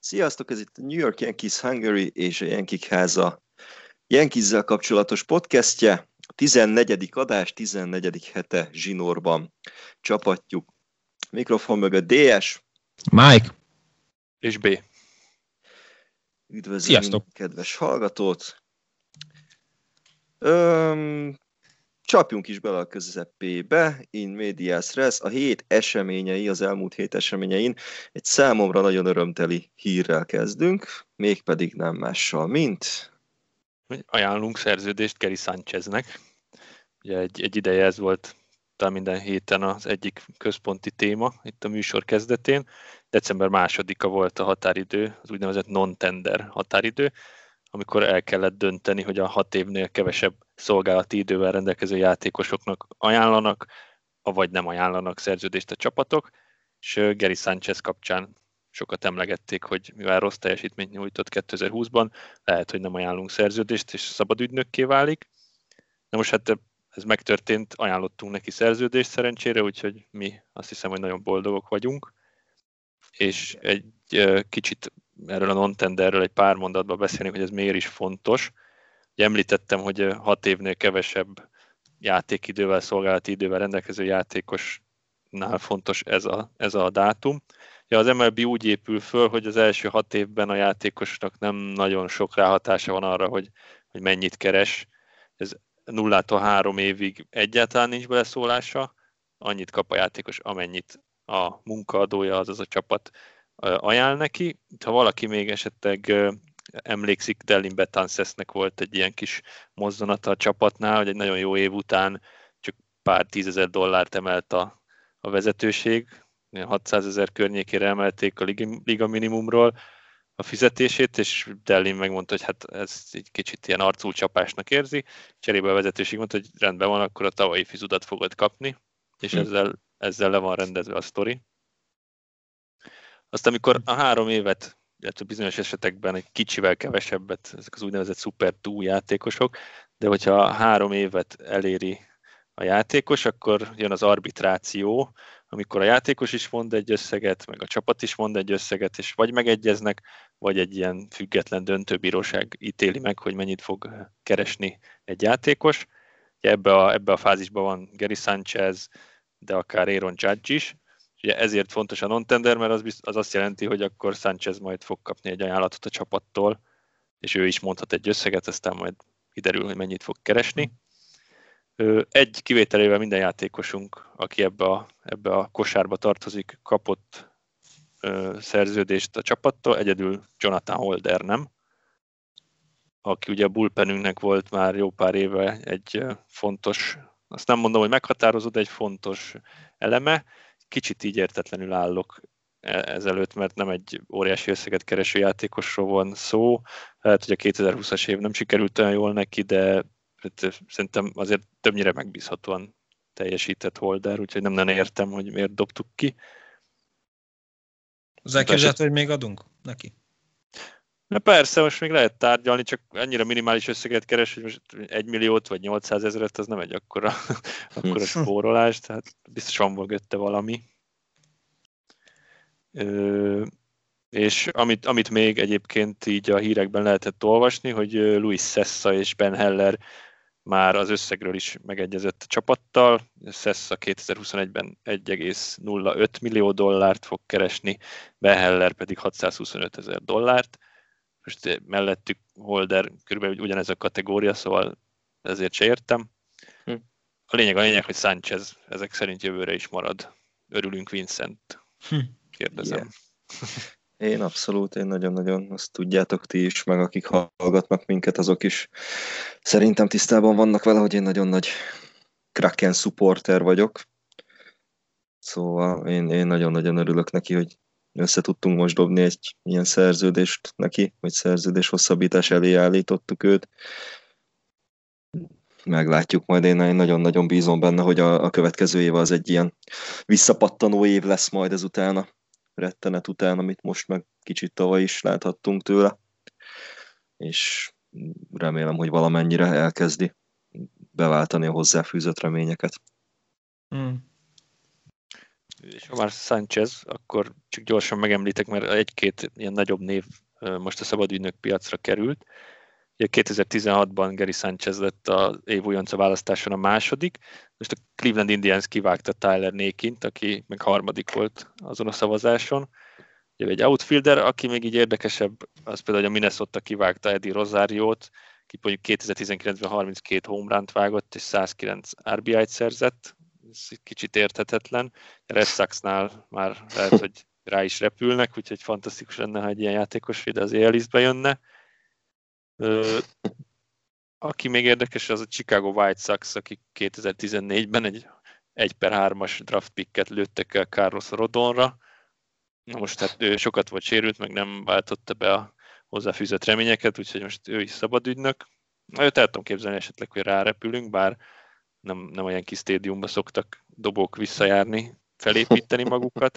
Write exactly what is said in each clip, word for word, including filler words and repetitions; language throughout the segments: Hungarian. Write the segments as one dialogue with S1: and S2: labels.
S1: Sziasztok, ez itt a New York Yankees Hungary és a Yankee háza Yankees-zel kapcsolatos podcastje. A tizennegyedik adás, tizennegyedik hete zsinórban csapatjuk. Mikrofon mögött dé es.
S2: Mike.
S3: És B.
S1: Üdvözlöm minden kedves hallgatót. Öm, csapjunk is bele a közepébe. In medias res. A hét eseményei, az elmúlt hét eseményein egy számomra nagyon örömteli hírrel kezdünk, mégpedig nem mással, mint...
S3: Ajánlunk szerződést Gary Sancheznek. Ugye egy, egy ideje ez volt talán minden héten az egyik központi téma itt a műsor kezdetén. December másodika volt a határidő, az úgynevezett non-tender határidő, amikor el kellett dönteni, hogy a hat évnél kevesebb szolgálati idővel rendelkező játékosoknak ajánlanak, avagy nem ajánlanak szerződést a csapatok, és Gary Sanchez kapcsán sokat emlegették, hogy mivel rossz teljesítményt nyújtott kétezer-húszban, lehet, hogy nem ajánlunk szerződést, és szabad ügynökké válik. Na most hát ez megtörtént, ajánlottunk neki szerződést szerencsére, úgyhogy mi azt hiszem, hogy nagyon boldogok vagyunk. És egy kicsit erről a non-tenderről egy pár mondatban beszélni, hogy ez miért is fontos. Ugye említettem, hogy hat évnél kevesebb játékidővel, szolgálati idővel rendelkező játékosnál fontos ez a, ez a dátum. Ja, az em el bé úgy épül föl, hogy az első hat évben a játékosnak nem nagyon sok ráhatása van arra, hogy, hogy mennyit keres. Ez nullától három évig egyáltalán nincs beleszólása, annyit kap a játékos, amennyit a munkaadója, azaz a csapat ajánl neki. Ha valaki még esetleg emlékszik, Dellin Betances-nek volt egy ilyen kis mozzanata a csapatnál, hogy egy nagyon jó év után csak pár tízezer dollárt emelt a, a vezetőség, hatszázezer környékére emelték a liga, liga minimumról a fizetését, és Dellin megmondta, hogy hát ez egy kicsit ilyen arculcsapásnak érzi. Cserébe a vezetőség mondta, hogy rendben van, akkor a tavalyi fizudat fogod kapni, és hm. ezzel, ezzel le van rendezve a sztori. Aztán amikor a három évet, illetve bizonyos esetekben egy kicsivel kevesebbet, ezek az úgynevezett szuper two játékosok, de hogyha a három évet eléri a játékos, akkor jön az arbitráció, amikor a játékos is mond egy összeget, meg a csapat is mond egy összeget, és vagy megegyeznek, vagy egy ilyen független döntőbíróság ítéli meg, hogy mennyit fog keresni egy játékos. Ebbe a, ebbe a fázisban van Gary Sanchez, de akár Aaron Judge is. Ugye ezért fontos a non-tender, mert az, bizt, az azt jelenti, hogy akkor Sanchez majd fog kapni egy ajánlatot a csapattól, és ő is mondhat egy összeget, aztán majd kiderül, hogy mennyit fog keresni. Egy kivételével minden játékosunk, aki ebbe a, ebbe a kosárba tartozik, kapott ö, szerződést a csapattól, egyedül Jonathan Holder nem, aki ugye a bullpenünknek volt már jó pár éve egy ö, fontos, azt nem mondom, hogy meghatározó, de egy fontos eleme. Kicsit így értetlenül állok ezelőtt, mert nem egy óriási összeget kereső játékosról van szó. Lehet, hogy a kétezer-húszas év nem sikerült olyan jól neki, de szerintem azért többnyire megbízhatóan teljesített Holder, úgyhogy nem nagyon értem, hogy miért dobtuk ki.
S2: Az elképzelhető, hogy még adunk neki?
S3: Na persze, most még lehet tárgyalni, csak annyira minimális összeget keres, hogy most egy milliót vagy nyolcszázezret, az nem egy akkora, akkora spórolás, tehát biztosan mögötte valami. Ö, és amit, amit még egyébként így a hírekben lehetett olvasni, hogy Luis Cessa és Ben Heller már az összegről is megegyezett a csapattal. Cessa kétezer-huszonegyben egy egész nulla öt millió dollárt fog keresni, Ben Heller pedig hatszázhuszonöt ezer dollárt. Most mellettük Holder körülbelül ugyanez a kategória, szóval ezért se értem. Hm. A lényeg a lényeg, hogy Sanchez ezek szerint jövőre is marad. Örülünk, Vincent. Hm. Kérdezem.
S1: Yeah. Én abszolút, én nagyon-nagyon, azt tudjátok ti is, meg akik hallgatnak minket, azok is szerintem tisztában vannak vele, hogy én nagyon nagy Kraken supporter vagyok. Szóval én, én nagyon-nagyon örülök neki, hogy össze tudtunk most dobni egy ilyen szerződést neki, vagy szerződés hosszabbítás elé állítottuk őt. Meglátjuk majd, én nagyon-nagyon bízom benne, hogy a, a következő év az egy ilyen visszapattanó év lesz majd ezután a rettenet után, amit most meg kicsit tavaly is láthattunk tőle. És remélem, hogy valamennyire elkezdi beváltani a hozzáfűzött reményeket.
S2: Hmm.
S3: És ha már Sanchez, akkor csak gyorsan megemlítek, mert egy-két ilyen nagyobb név most a szabadügynök piacra került. Ugye kétezer-tizenhatban Gary Sanchez lett az év újonca választáson a második, most a Cleveland Indians kivágta Tyler Naquint, aki meg harmadik volt azon a szavazáson. Ugye egy outfielder, aki még így érdekesebb, az például a Minnesota kivágta Eddie Rosariót, ki mondjuk kétezer-tizenkilencben harminckét home runt vágott és százkilenc er bé í-t szerzett. Ez kicsit érthetetlen. A Red Soxnál már lehet, hogy rá is repülnek, úgyhogy fantasztikus lenne, ha egy ilyen játékos ide az á el East-be jönne. Ö, aki még érdekes, az a Chicago White Sox, akik kétezer-tizennégyben egy egy per hármas draft picket lőttek el Carlos Rodonra. Na most hát ő sokat volt sérült, meg nem váltotta be a hozzáfűzött reményeket, úgyhogy most ő is szabadügynök. Na, őt el tudom képzelni esetleg, hogy rárepülünk, bár nem, nem olyan kis stadiumba szoktak dobók visszajárni, felépíteni magukat.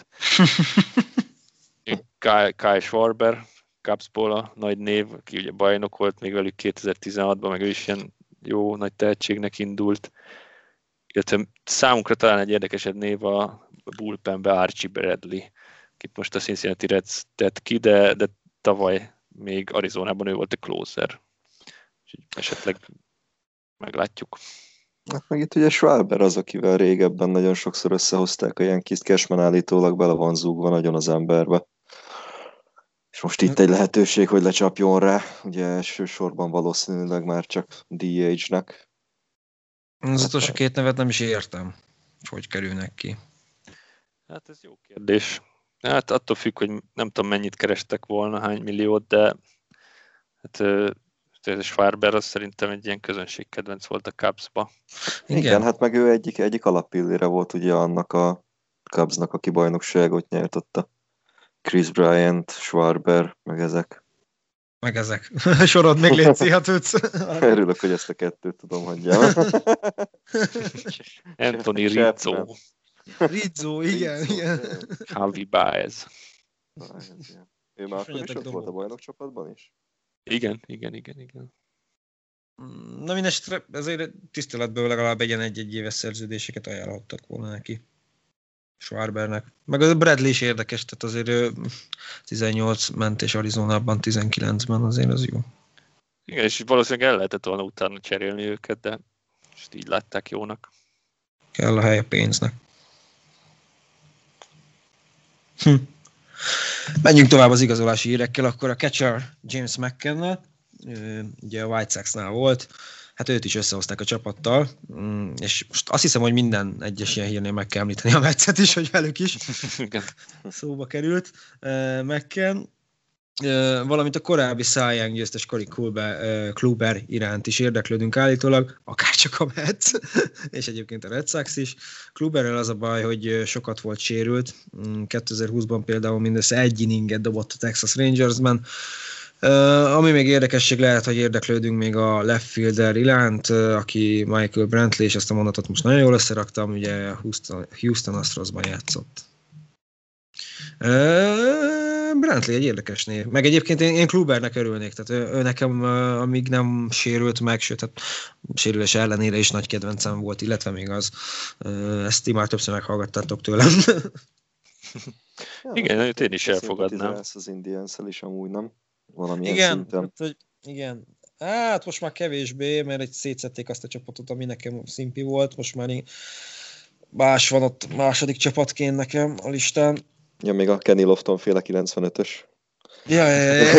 S3: Kyle, Kyle Schwarber, Cubsból a nagy név, aki ugye bajnok volt még velük kétezer-tizenhatban, meg ő is ilyen jó nagy tehetségnek indult. Illetve számunkra talán egy érdekesebb név a bullpenbe Archie Bradley, akit most a Cincinnati Reds tett ki, de, de tavaly még Arizonában ő volt a closer. Úgyhogy esetleg meglátjuk.
S1: Hát meg itt ugye Schwarber az, akivel régebben nagyon sokszor összehozták a Yankees-t, Cashman állítólag bele van zúgva nagyon az emberbe. És most itt egy lehetőség, hogy lecsapjon rá, ugye elsősorban valószínűleg már csak dé há-nek.
S2: Az utolsó két nevet nem is értem, hogy kerülnek ki.
S3: Hát ez jó kérdés. Hát attól függ, hogy nem tudom mennyit kerestek volna, hány milliót, de hát ez a Schwarber az szerintem egy ilyen közönségkedvenc volt a Cubsba.
S1: Igen. Igen, hát meg ő egyik, egyik alappillére volt ugye annak a Cubsnak, aki bajnokságot nyert ott a Chris Bryant, Schwarber, meg ezek.
S2: Meg ezek. Sorod még létszik, ha tudsz.
S1: Örülök, hogy ezt a kettőt tudom hagyjam.
S3: Anthony Rizzo.
S2: Rizzo, igen, igen.
S3: Javi Baez.
S1: Ő már akkor is ott volt a bajnok csapatban is?
S3: Igen, igen, igen, igen.
S2: Na mindesetre ezért tiszteletből legalább egyen egy-egy éves szerződéseket ajánlottak volna neki. Schwarbernek. Meg a Bradley is érdekes, tehát azért ő tizennyolc ment és Arizonában tizenkilencben azért az jó.
S3: Igen, és valószínűleg el lehetett volna utána cserélni őket, de most így látták jónak.
S2: Kell a hely a pénznek. Hm. Menjünk tovább az igazolási hírekkel, akkor a catcher James McKenna, ugye a White Sox-nál volt, hát őt is összehozták a csapattal, és most azt hiszem, hogy minden egyes ilyen hírnél meg kell említeni a Metszet is, hogy velük is szóba került. McKenna, valamint a korábbi Cy Young győztes Corey Kluber, Kluber iránt is érdeklődünk állítólag, akárcsak a Mets, és egyébként a Red Sox is. Kluberrel az a baj, hogy sokat volt sérült, kétezer-húszban például mindössze egy inninget dobott a Texas Rangersben. Uh, ami még érdekesség lehet, hogy érdeklődünk még a left fielder iránt, uh, aki Michael Brantley, és ezt a mondatot most nagyon jól összeraktam, ugye Houston, Houston Astrosban játszott. Uh, Brantley egy érdekes név. Meg egyébként én, én Klubernek örülnék, tehát ő, ő nekem uh, amíg nem sérült meg, sőt, hát sérülés ellenére is nagy kedvencem volt, illetve még az. Uh, ezt ti már többször meghallgattátok tőlem.
S1: Ja,
S3: igen, én is elfogadnám.
S1: Az Indians-el is amúgy nem. Valamilyen
S2: igen,
S1: szinten.
S2: Hát, hogy, igen. Hát most már kevésbé, mert egy szétszették azt a csapatot, ami nekem szimpi volt, most már más van ott második csapatként nekem a listán.
S1: Ja, még a Kenny Lofton féle kilencvenötös.
S2: Ja, ja, ja.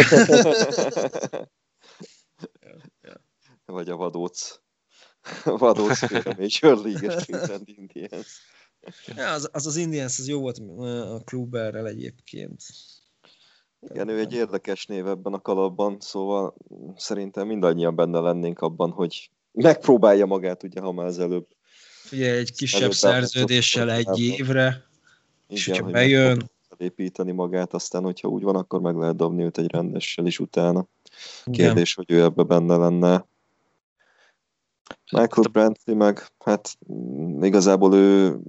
S2: ja.
S1: Vagy a Vadóc. Vadóc féle Major League-es Cleveland Indians.
S2: Ja, az, az az Indians, az jó volt a Kluberrel egyébként.
S1: Igen, ő egy érdekes név ebben a kalapban, szóval szerintem mindannyian benne lennénk abban, hogy megpróbálja magát, ugye, ha már az előbb.
S2: Ugye egy kisebb szerződéssel egy évre, és
S1: igen,
S2: hogyha bejön.
S1: Építeni magát, aztán, hogyha úgy van, akkor meg lehet dobni őt egy rendessel is utána. Kérdés, igen, hogy ő ebbe benne lenne. Michael Brantley meg, hát igazából ő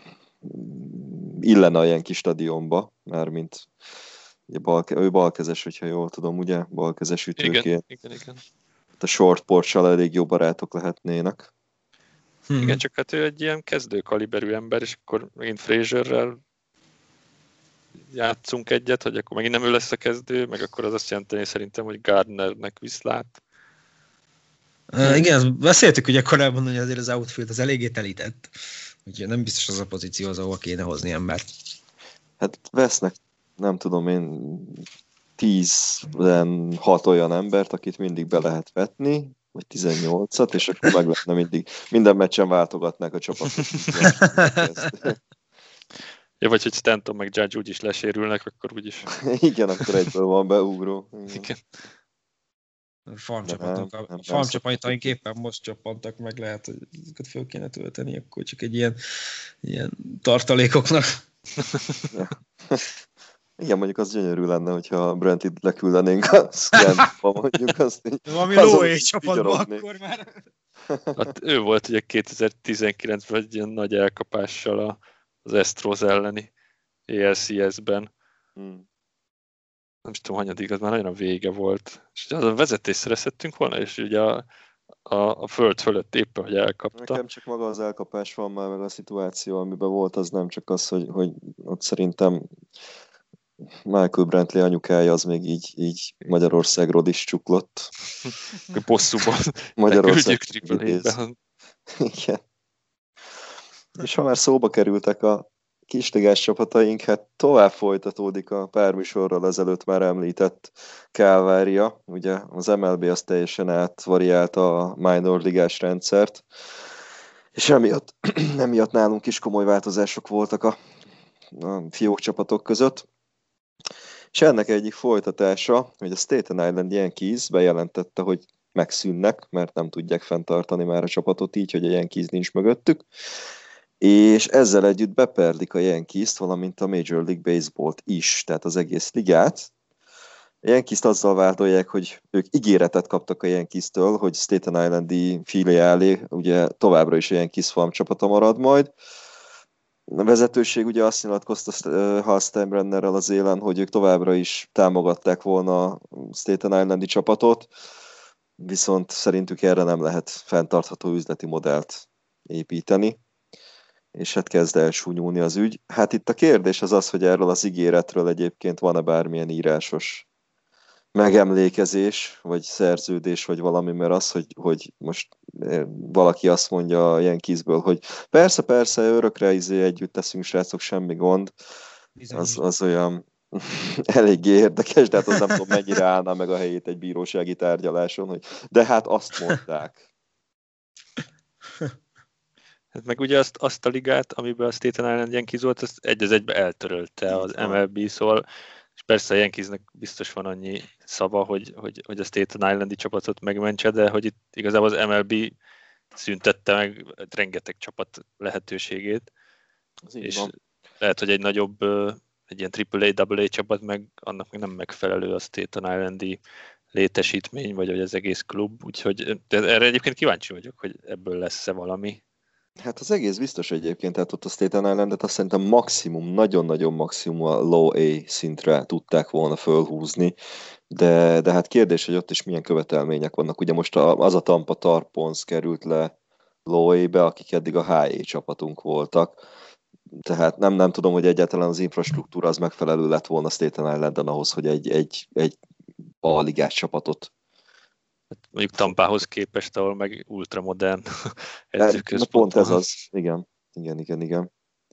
S1: illene ilyen kis stadionba, mármint ugye bal, ő balkezes, hogyha jól tudom, ugye? Balkezes ütőként.
S3: Igen, igen, igen.
S1: A short porch-sal elég jó barátok lehetnének.
S3: Hmm. Igen, csak hát ő egy ilyen kezdő kaliberű ember, és akkor megint Frazierrel játszunk egyet, hogy akkor megint nem ő lesz a kezdő, meg akkor az azt jelenteni szerintem, hogy Gardnernek viszlát.
S2: Uh, igen, beszéltük ugye korábban, hogy azért az outfield az eléggé telített. Úgyhogy nem biztos az a pozíció az, ahol kéne hozni embert.
S1: Hát vesznek, nem tudom én, tíz-hat olyan embert, akit mindig be lehet vetni, vagy tizennyolcat, és akkor meg lehetne mindig, minden meccsen váltogatnák a csapatot.
S3: Ja, vagy hogy Stanton meg Judge úgyis lesérülnek, akkor úgyis.
S1: Igen, akkor egyből van beugró. Igen.
S3: Igen.
S2: Farmcsapatok, a farmcsapataink éppen most csappantak meg, lehet, hogy ezeket föl kéne tölteni, akkor csak egy ilyen, ilyen tartalékoknak.
S1: Ja. Igen, mondjuk az gyönyörű lenne, hogyha Brentit leküldenénk a Scantba, mondjuk azt így.
S2: Valami low-A csapatban akkor már.
S3: Hát ő volt ugye kétezer-tizenkilencben egy ilyen nagy elkapással az Astros elleni á el cé es-ben. Hmm. Nem tudom, hanyadik, az már nagyon a vége volt. És az a vezetést szerezhettünk volna, és ugye a, a, a föld fölött éppen, hogy elkapta.
S1: Nekem csak maga az elkapás van már, meg a szituáció, amiben volt, az nem csak az, hogy, hogy ott szerintem Michael Brantley anyukája az még így, így Magyarországról is csuklott.
S3: Bosszúban.
S1: Magyarország igen. És ha már szóba kerültek a kisligás csapataink, hát tovább folytatódik a pár műsorral ezelőtt már említett kávária. Ugye az em el bé az teljesen átvariálta a minor ligás rendszert, és emiatt, emiatt nálunk is komoly változások voltak a, a fiók csapatok között. És ennek egyik folytatása, hogy a Staten Island Yankees bejelentette, hogy megszűnnek, mert nem tudják fenntartani már a csapatot így, hogy a Yankees nincs mögöttük. És ezzel együtt beperlik a Yankees-t, valamint a Major League Baseball-t is, tehát az egész ligát. A Yankees-t azzal vádolják, hogy ők ígéretet kaptak a Yankees-től, hogy Staten Islandi filiálé ugye továbbra is a Yankees farm csapata marad majd. A vezetőség ugye azt nyilatkozta Hal Steinbrennerrel az élen, hogy ők továbbra is támogatták volna a Staten Islandi csapatot, viszont szerintük erre nem lehet fenntartható üzleti modellt építeni, és hát kezd elsúnyulni az ügy. Hát itt a kérdés az az, hogy erről az ígéretről egyébként van-e bármilyen írásos megemlékezés, vagy szerződés, vagy valami, mert az, hogy, hogy most valaki azt mondja a Yankeesből, hogy persze, persze, örökre izé együtt teszünk, srácok, semmi gond, az, az olyan eléggé érdekes, de hát az nem tudom, mennyire állná meg a helyét egy bírósági tárgyaláson, hogy de hát azt mondták.
S3: Hát meg ugye azt, azt a ligát, amiben a Staten Island Yankees volt, azt egy az egybe eltörölte az em el bé, szóval és persze a Yankeesnek biztos van annyi szava, hogy, hogy, hogy a Staten Islandi csapatot megmentse, de hogy itt igazából az em el bé szüntette meg rengeteg csapat lehetőségét. És van. Lehet, hogy egy nagyobb, egy ilyen á á á, á á csapat meg annak még nem megfelelő a Staten Islandi létesítmény, vagy az egész klub, úgyhogy erre egyébként kíváncsi vagyok, hogy ebből lesz-e valami.
S1: Hát az egész biztos egyébként, tehát ott a Staten Islandet azt szerintem maximum, nagyon-nagyon maximum a low A szintre tudták volna fölhúzni, de, de hát kérdés, hogy ott is milyen követelmények vannak. Ugye most az a Tampa Tarpons került le low A-be, akik eddig a high A csapatunk voltak, tehát nem, nem tudom, hogy egyáltalán az infrastruktúra az megfelelő lett volna Staten Islanden ahhoz, hogy egy, egy, egy A-ligás csapatot
S3: mondjuk Tampához képest, ahol meg ultramodern
S1: edzőközpont. Pont ez az, igen, igen, igen, igen.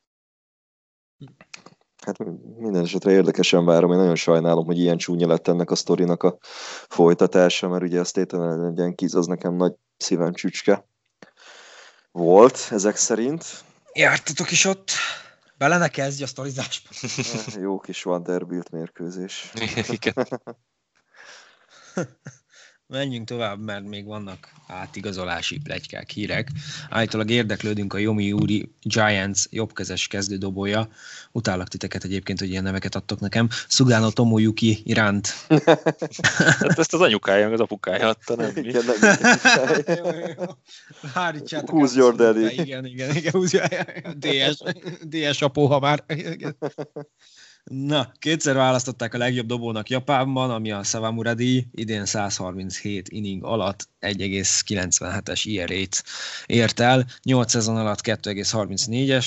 S1: Hát minden esetre érdekesen várom, én nagyon sajnálom, hogy ilyen csúnya lett ennek a sztorinak a folytatása, mert ugye a Staten Island Yankees az nekem nagy szívem csücske volt, ezek szerint.
S2: Jártatok is ott? Bele ne kezdj a sztorizásba.
S1: Jó kis Vanderbilt mérkőzés.
S3: Igen.
S2: Menjünk tovább, mert még vannak átigazolási pletykák, hírek. Állítólag érdeklődünk a Yomiuri Giants jobbkezes kezdődobója. Utállak titeket egyébként, hogy ilyen neveket adtok nekem. Sugano Tomoyuki iránt.
S3: Hát ezt az anyukája, az apukája adta, nem mi?
S1: Igen, nem
S2: Hárítsátok.
S1: Who's your daddy?
S2: Igen, igen, igen. dé es, dé es apó, ha már. Na, kétszer választották a legjobb dobónak Japánban, ami a Sawamura díj, idén száz harminchét inning alatt egy egész kilencvenhetes i er á-t ért el, nyolc szezon alatt kettő egész harmincnégyest,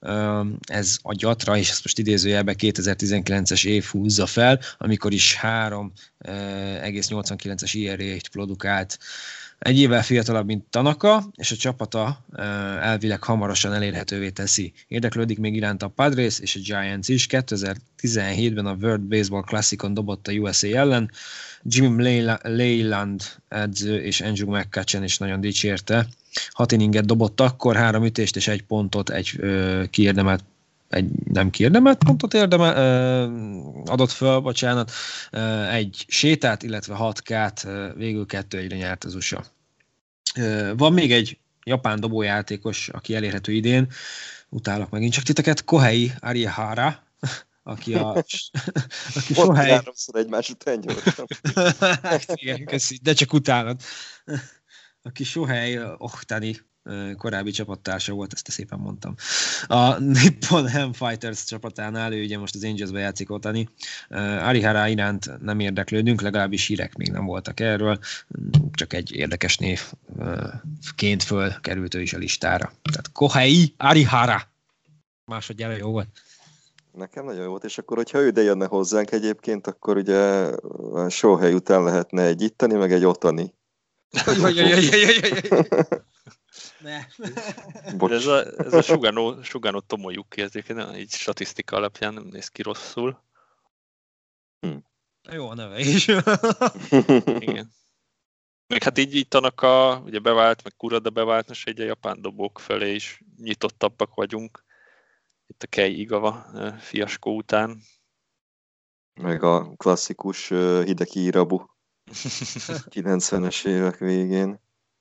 S2: Ez a gyatra, és ezt most idézőjelbe kétezer-tizenkilences év húzza fel, amikor is három egész nyolcvankilences i er á-t produkált. Egy évvel fiatalabb, mint Tanaka, és a csapata elvileg hamarosan elérhetővé teszi. Érdeklődik még iránt a Padres és a Giants is. kétezer-tizenhétben a World Baseball Classicon dobott a u es á ellen. Jimmy Leyland edző és Andrew McCutchen is nagyon dicsérte. Hat inninget dobott akkor, három ütést és egy pontot, egy ö, kiérdemelt egy nem kiérdemelt pontot érdemel, adott föl, bocsánat, egy sétát, illetve hat kát, végül kettő egyre nyert az u es á. Van még egy japán dobójátékos, aki elérhető idén, utálok megint csak titeket, Kohei Arihara, aki a... aki
S1: Sohely... háromszor egymás után gyorsan.
S2: Hát igen, köszi, de csak utálod. Aki Shohei Ohtani korábbi csapattársa volt, ezt szépen mondtam. A Nippon Ham Fighters csapatánál, ő ugye most az Angelsbe játszik Ohtani. Arihara iránt nem érdeklődünk, legalábbis hírek még nem voltak erről, csak egy érdekes névként fölkerült ő is a listára. Tehát Kohei Arihara. Másodjára jó volt.
S1: Nekem nagyon jó volt, és akkor, hogyha ő ide jönne hozzánk egyébként, akkor ugye Shohei után lehetne egy ittani, meg egy Ohtani.
S2: Ne.
S3: Ez a, ez a Sugano, Sugano Tomoyuki, ezért így statisztika alapján nem néz ki rosszul.
S2: Hm. Jó a neve is.
S3: Igen. Még hát így, így Tanaka, ugye bevált, meg Kurada bevált, most egy a japán dobók felé is nyitottabbak vagyunk. Itt a Kei Igawa fiaskó után.
S1: Meg a klasszikus Hideki Irabu. kilencvenes évek végén.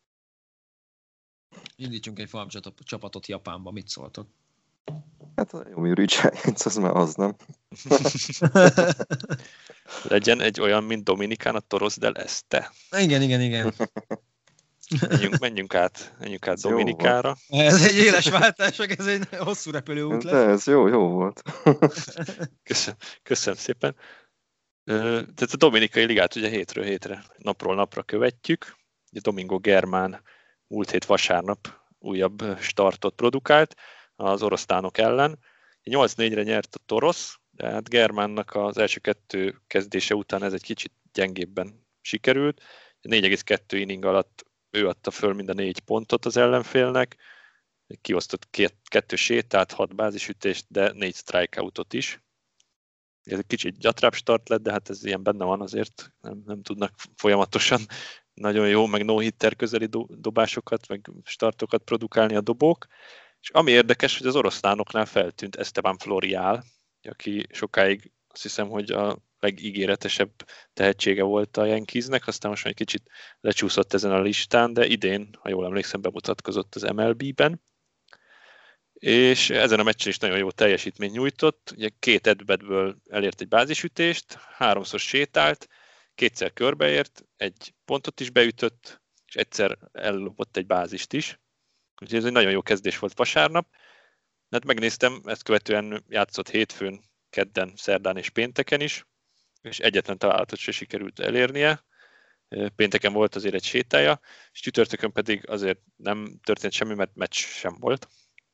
S2: Indítsunk egy farm csapatot Japánba, mit szóltok?
S1: Hát a Yomiuri Giants, az már az nem.
S3: Legyen egy olyan, mint Dominikán, a Toros del Este.
S2: Igen, igen, igen.
S3: Menjünk, menjünk át, menjünk át Dominikára.
S2: Ez egy éles váltás, ez egy hosszú repülőút lesz.
S1: De ez jó, jó volt.
S3: Köszönöm, köszönöm szépen. Tehát a Dominikai Ligát ugye hétről hétre, napról napra követjük. Ugye Domingo Germán múlt hét vasárnap újabb startot produkált az oroszlánok ellen. nyolc négyre nyert a Toros, de hát Germánnak az első kettő kezdése után ez egy kicsit gyengébben sikerült. négy egész kettő inning alatt ő adta föl mind a négy pontot az ellenfélnek, kiosztott két, kettő sétát, hat bázisütést, de négy strikeoutot is. Ez egy kicsit gyatrább start lett, de hát ez ilyen benne van azért, nem, nem tudnak folyamatosan nagyon jó, meg no-hitter közeli do- dobásokat, meg startokat produkálni a dobók. És ami érdekes, hogy az oroszlánoknál feltűnt Esteban Florial, aki sokáig azt hiszem, hogy a legígéretesebb tehetsége volt a Yankeesnek, aztán most már egy kicsit lecsúszott ezen a listán, de idén, ha jól emlékszem, bemutatkozott az em el bé-ben. És ezen a meccsen is nagyon jó teljesítményt nyújtott. Ugye két at-batből elért egy bázisütést, háromszor sétált, kétszer körbeért, egy pontot is beütött, és egyszer ellopott egy bázist is. Úgyhogy ez egy nagyon jó kezdés volt vasárnap. Hát megnéztem, ezt követően játszott hétfőn, kedden, szerdán és pénteken is, és egyetlen találatot se sikerült elérnie. Pénteken volt azért egy sétája, és csütörtökön pedig azért nem történt semmi, mert meccs sem volt.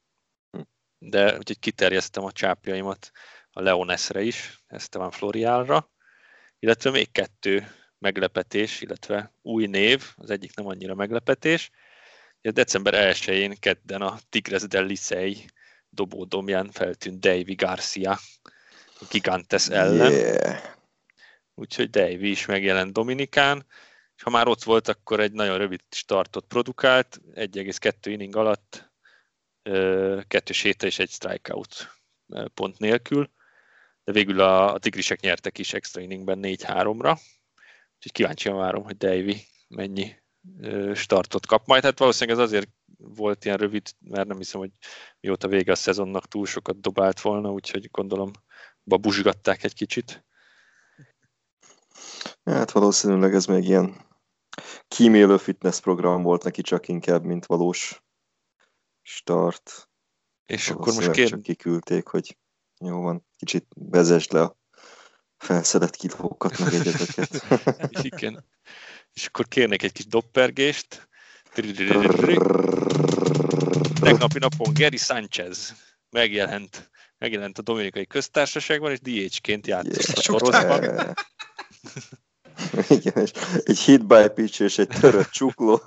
S3: De úgyhogy kiterjesztem a csápjaimat a Leonesre is, Esteban Florialra, illetve még kettő meglepetés, illetve új név, az egyik nem annyira meglepetés. December elsején kedden a Tigres del Licey dobódomján feltűnt Deivi Garcia Gigantes ellen. Yeah. Úgyhogy Deivi is megjelent Dominikán, és ha már ott volt, akkor egy nagyon rövid startot produkált, egy egész kettő inning alatt kettő séta és egy strikeout pont nélkül, de végül a, a tigrisek nyertek is extra inningben négy háromra, úgyhogy kíváncsian várom, hogy Deivi mennyi startot kap majd. Hát valószínűleg ez azért volt ilyen rövid, mert nem hiszem, hogy mióta vége a szezonnak túl sokat dobált volna, úgyhogy gondolom babusgatták egy kicsit.
S1: Hát valószínűleg ez még ilyen kímélő fitness program volt neki csak inkább, mint valós start.
S3: És akkor most kér...
S1: csak kiküldték, hogy jó van, kicsit vezesd le a felszedett kilókat, meg egyeteket.
S3: Igen. És akkor kérnék egy kis doppergést. Tegnapi napon Gary Sanchez megjelent, megjelent a Dominikai Köztársaságban, és dé há-ként játszott
S1: Yeah,
S3: a Torosban.
S1: yeah. Igen, és egy hit by pitch és egy törött csukló.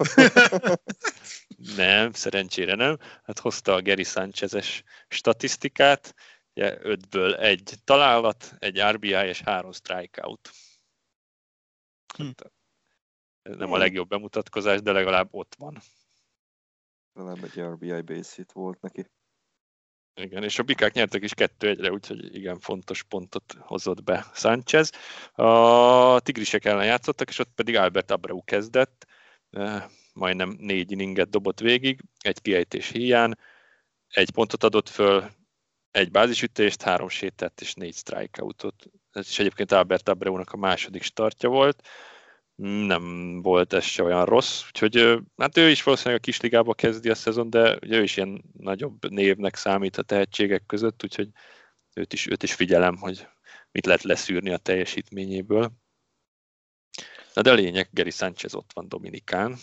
S3: Nem, szerencsére nem. Hát hozta a Gary Sanchez-es statisztikát, ugye ötből egy találat, egy er bé i és három strikeout. Hát, nem a legjobb bemutatkozás, de legalább ott van.
S1: Legalább egy er bé i base hit volt neki.
S3: Igen, és a Bikák nyertek is kettő egyre, úgyhogy igen, fontos pontot hozott be Sánchez. A Tigrisek ellen játszottak, és ott pedig Albert Abreu kezdett, majdnem négy inninget dobott végig, egy kiejtés híján, egy pontot adott föl, egy bázisütést, három sétát és négy strikeoutot. Ez is egyébként Albert Abreunak a második startja volt. Nem volt ez se olyan rossz, úgyhogy hát ő is valószínűleg a kisligába kezdi a szezon, de ugye ő is ilyen nagyobb névnek számít a tehetségek között, úgyhogy őt is, őt is figyelem, hogy mit lehet leszűrni a teljesítményéből. Na de a lényeg, Gary Sanchez ott van Dominikán.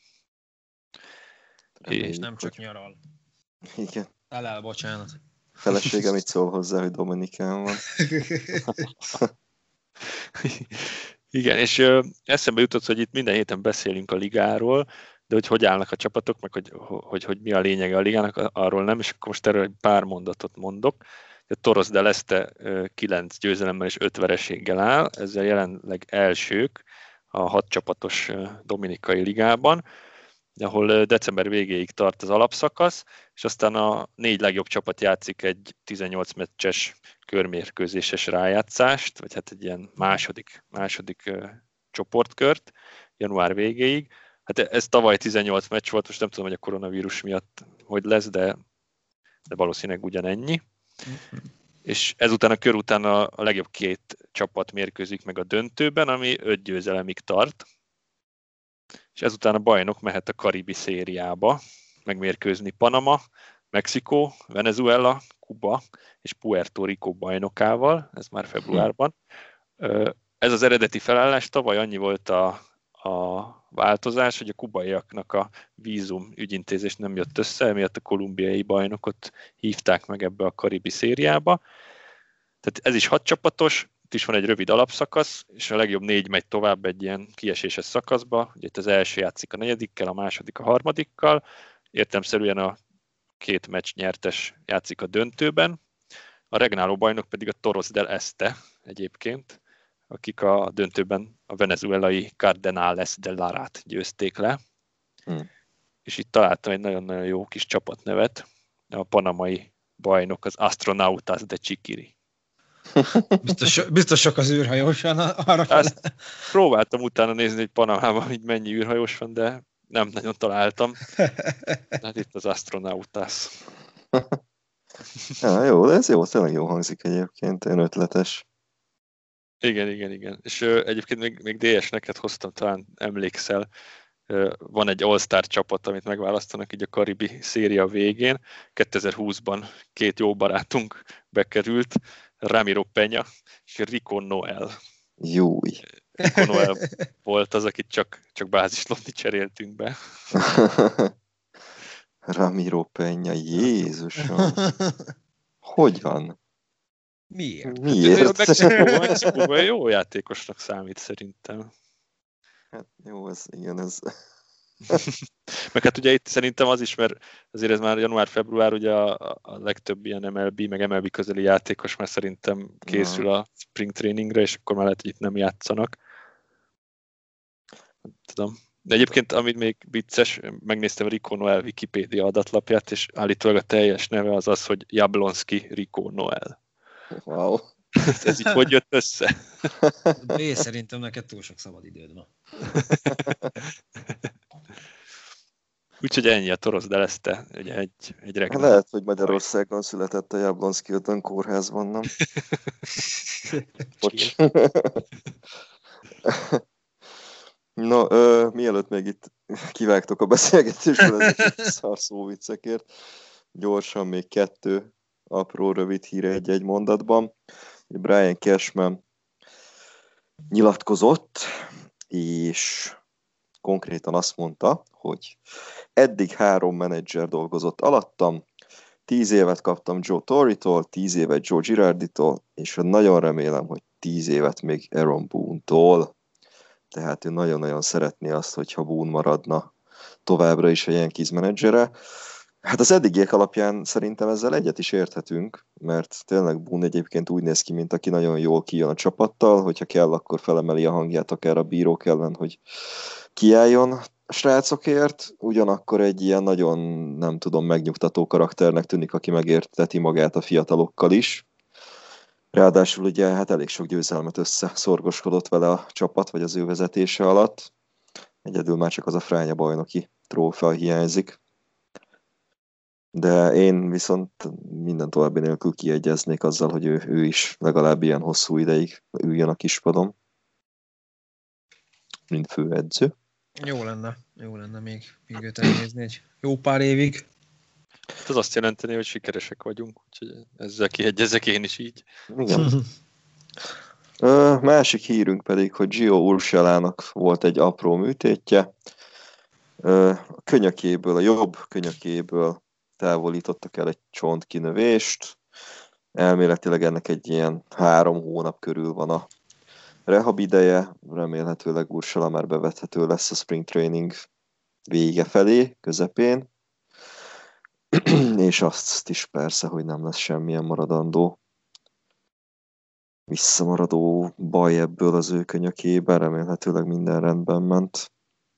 S2: És nem csak nyaral.
S1: Igen.
S2: Elel, bocsánat.
S1: Felesége mit szól hozzá, hogy Dominikán van?
S3: Igen, és ö, eszembe jutott, hogy itt minden héten beszélünk a ligáról, de hogy hogy állnak a csapatok, meg hogy, hogy, hogy mi a lényege a ligának, arról nem, és akkor most erről egy pár mondatot mondok. A Toros del Este kilenc győzelemmel és öt vereséggel áll, ezzel jelenleg elsők a hat csapatos dominikai ligában, ahol december végéig tart az alapszakasz, és aztán a négy legjobb csapat játszik egy tizennyolc meccses körmérkőzéses rájátszást, vagy hát egy ilyen második, második uh, csoportkört január végéig. Hát ez tavaly tizennyolc meccs volt, most nem tudom, hogy a koronavírus miatt hogy lesz, de, de valószínűleg ugyanennyi. Mm-hmm. És ezután a kör után a, a legjobb két csapat mérkőzik meg a döntőben, ami öt győzelemig tart. És ezután a bajnok mehet a karibi szériába, megmérkőzni Panama, Mexikó, Venezuela, Kuba és Puerto Rico bajnokával, ez már februárban. Ez az eredeti felállás, tavaly annyi volt a, a változás, hogy a kubaiaknak a vízum ügyintézés nem jött össze, emiatt a kolumbiai bajnokot hívták meg ebbe a karibi szériába. Tehát ez is hat csapatos, itt is van egy rövid alapszakasz, és a legjobb négy megy tovább egy ilyen kieséses szakaszba. Ugye itt az első játszik a negyedikkel, a második a harmadikkal. Értelemszerűen a két meccs nyertes játszik a döntőben. A regnáló bajnok pedig a Toros del Este egyébként, akik a döntőben a venezuelai Cardenales de Larát győzték le. Hmm. És itt találtam egy nagyon-nagyon jó kis csapatnevet. A panamai bajnok az Astronautas de Chiquiri.
S2: Biztos, biztos sok az űrhajós van arra fel.
S3: Próbáltam utána nézni, hogy Panamában így mennyi űrhajós van, de nem nagyon találtam. Hát itt az Astronautas.
S1: Ja, jó, de ez jó, tényleg jó hangzik egyébként, olyan ötletes.
S3: Igen, igen, igen. És ö, egyébként még, még dé es neked hoztam, talán emlékszel, ö, van egy All-Star csapat, amit megválasztanak így a karibi széria végén. kétezer-húszban két jó barátunk bekerült, Ramiro Peña és Rico Noel.
S1: Júj.
S3: Rico Noel volt az, akit csak, csak bázislopni cseréltünk be.
S1: Ramiro Peña, Jézusom. Hogyan?
S2: Miért?
S1: Miért?
S3: Mexikóban, Mexikóban jó játékosnak számít szerintem.
S1: Hát jó, ez igen, ez...
S3: Meg hát ugye itt szerintem az is, mert azért ez már január-február ugye a, a legtöbb ilyen em el bé, meg em el bé közeli játékos már szerintem készül a spring trainingre, és akkor már lehet, hogy itt nem játszanak. Tudom. De egyébként, amit még vicces, megnéztem Rico Noel Wikipédia adatlapját, és állítólag a teljes neve az az, hogy Jablonski Rico Noel.
S1: Wow.
S3: Ez így hogy jött össze?
S2: B, szerintem neked túl sok szabad időd van.
S3: Úgyhogy ennyi a Toros del Este, ugye egy, egy regnál.
S1: Lehet, hogy Magyarországon született a Jablonszky ötön kórházban, nem? Bocs. No, ö, mielőtt még itt kivágtok a beszélgetésből ezeket a szarszó viccekért, gyorsan még kettő apró rövid híre egy-egy mondatban. Brian Cashman nyilatkozott, és konkrétan azt mondta, hogy eddig három menedzser dolgozott alattam, tíz évet kaptam Joe Torre-tól, tíz évet Joe Girardi-tól, és nagyon remélem, hogy tíz évet még Aaron Boone-tól. Tehát ő nagyon-nagyon szeretné azt, hogyha Boone maradna továbbra is a Yankees menedzsere. Hát az eddigiek alapján szerintem ezzel egyet is érthetünk, mert tényleg Boone egyébként úgy néz ki, mint aki nagyon jól kijön a csapattal, hogyha kell, akkor felemeli a hangját akár a bírók ellen, hogy kiálljon a srácokért, ugyanakkor egy ilyen nagyon, nem tudom, megnyugtató karakternek tűnik, aki megérteti magát a fiatalokkal is. Ráadásul ugye hát elég sok győzelmet összeszorgoskodott vele a csapat, vagy az ő vezetése alatt. Egyedül már csak az a fránya bajnoki trófea hiányzik. De én viszont minden további nélkül kiegyeznék azzal, hogy ő, ő is legalább ilyen hosszú ideig üljön a kispadon, mint főedző.
S2: Jó lenne, jó lenne még, még őt elnézni egy jó pár évig.
S3: Ez azt jelenteni, hogy sikeresek vagyunk, úgyhogy ezzel kiegyezek én is így.
S1: Igen. Ö, másik hírünk pedig, hogy Gio Urshela-nak volt egy apró műtétje. Ö, a könyökéből, a jobb könyökéből távolítottak el egy csontkinövést. Elméletileg ennek egy ilyen három hónap körül van a rehab ideje. Remélhetőleg Urshela már bevethető lesz a spring training vége felé, közepén. És azt is persze, hogy nem lesz semmilyen maradandó visszamaradó baj ebből az ő könyökében, remélhetőleg minden rendben ment.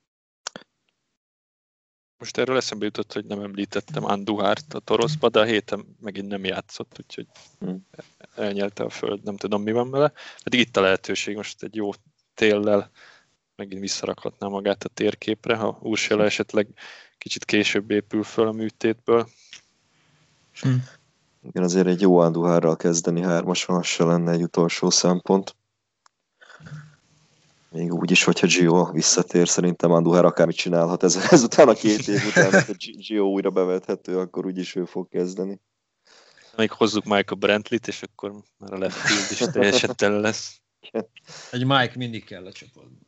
S3: Most erről eszembe jutott, hogy nem említettem Andujárt a Toroszba, de a héten megint nem játszott, úgyhogy hmm. elnyelte a föld, nem tudom mi van vele. Pedig itt a lehetőség, most egy jó téllel megint visszarakhatná magát a térképre, ha Urshela esetleg kicsit később épül föl a műtétből.
S2: Hmm.
S1: Igen, azért egy jó Andujárral kezdeni hármason, az se lenne egy utolsó szempont. Még úgy is, hogyha Gio visszatér, szerintem Andujar akármit csinálhat ez, ezután a két év után, ha Gio újra bevethető, akkor úgyis ő fog kezdeni.
S3: Még hozzuk Michael Brantley-t, és akkor már a left field is teljesen tele lesz.
S2: Egy Mike mindig kell a csapatban.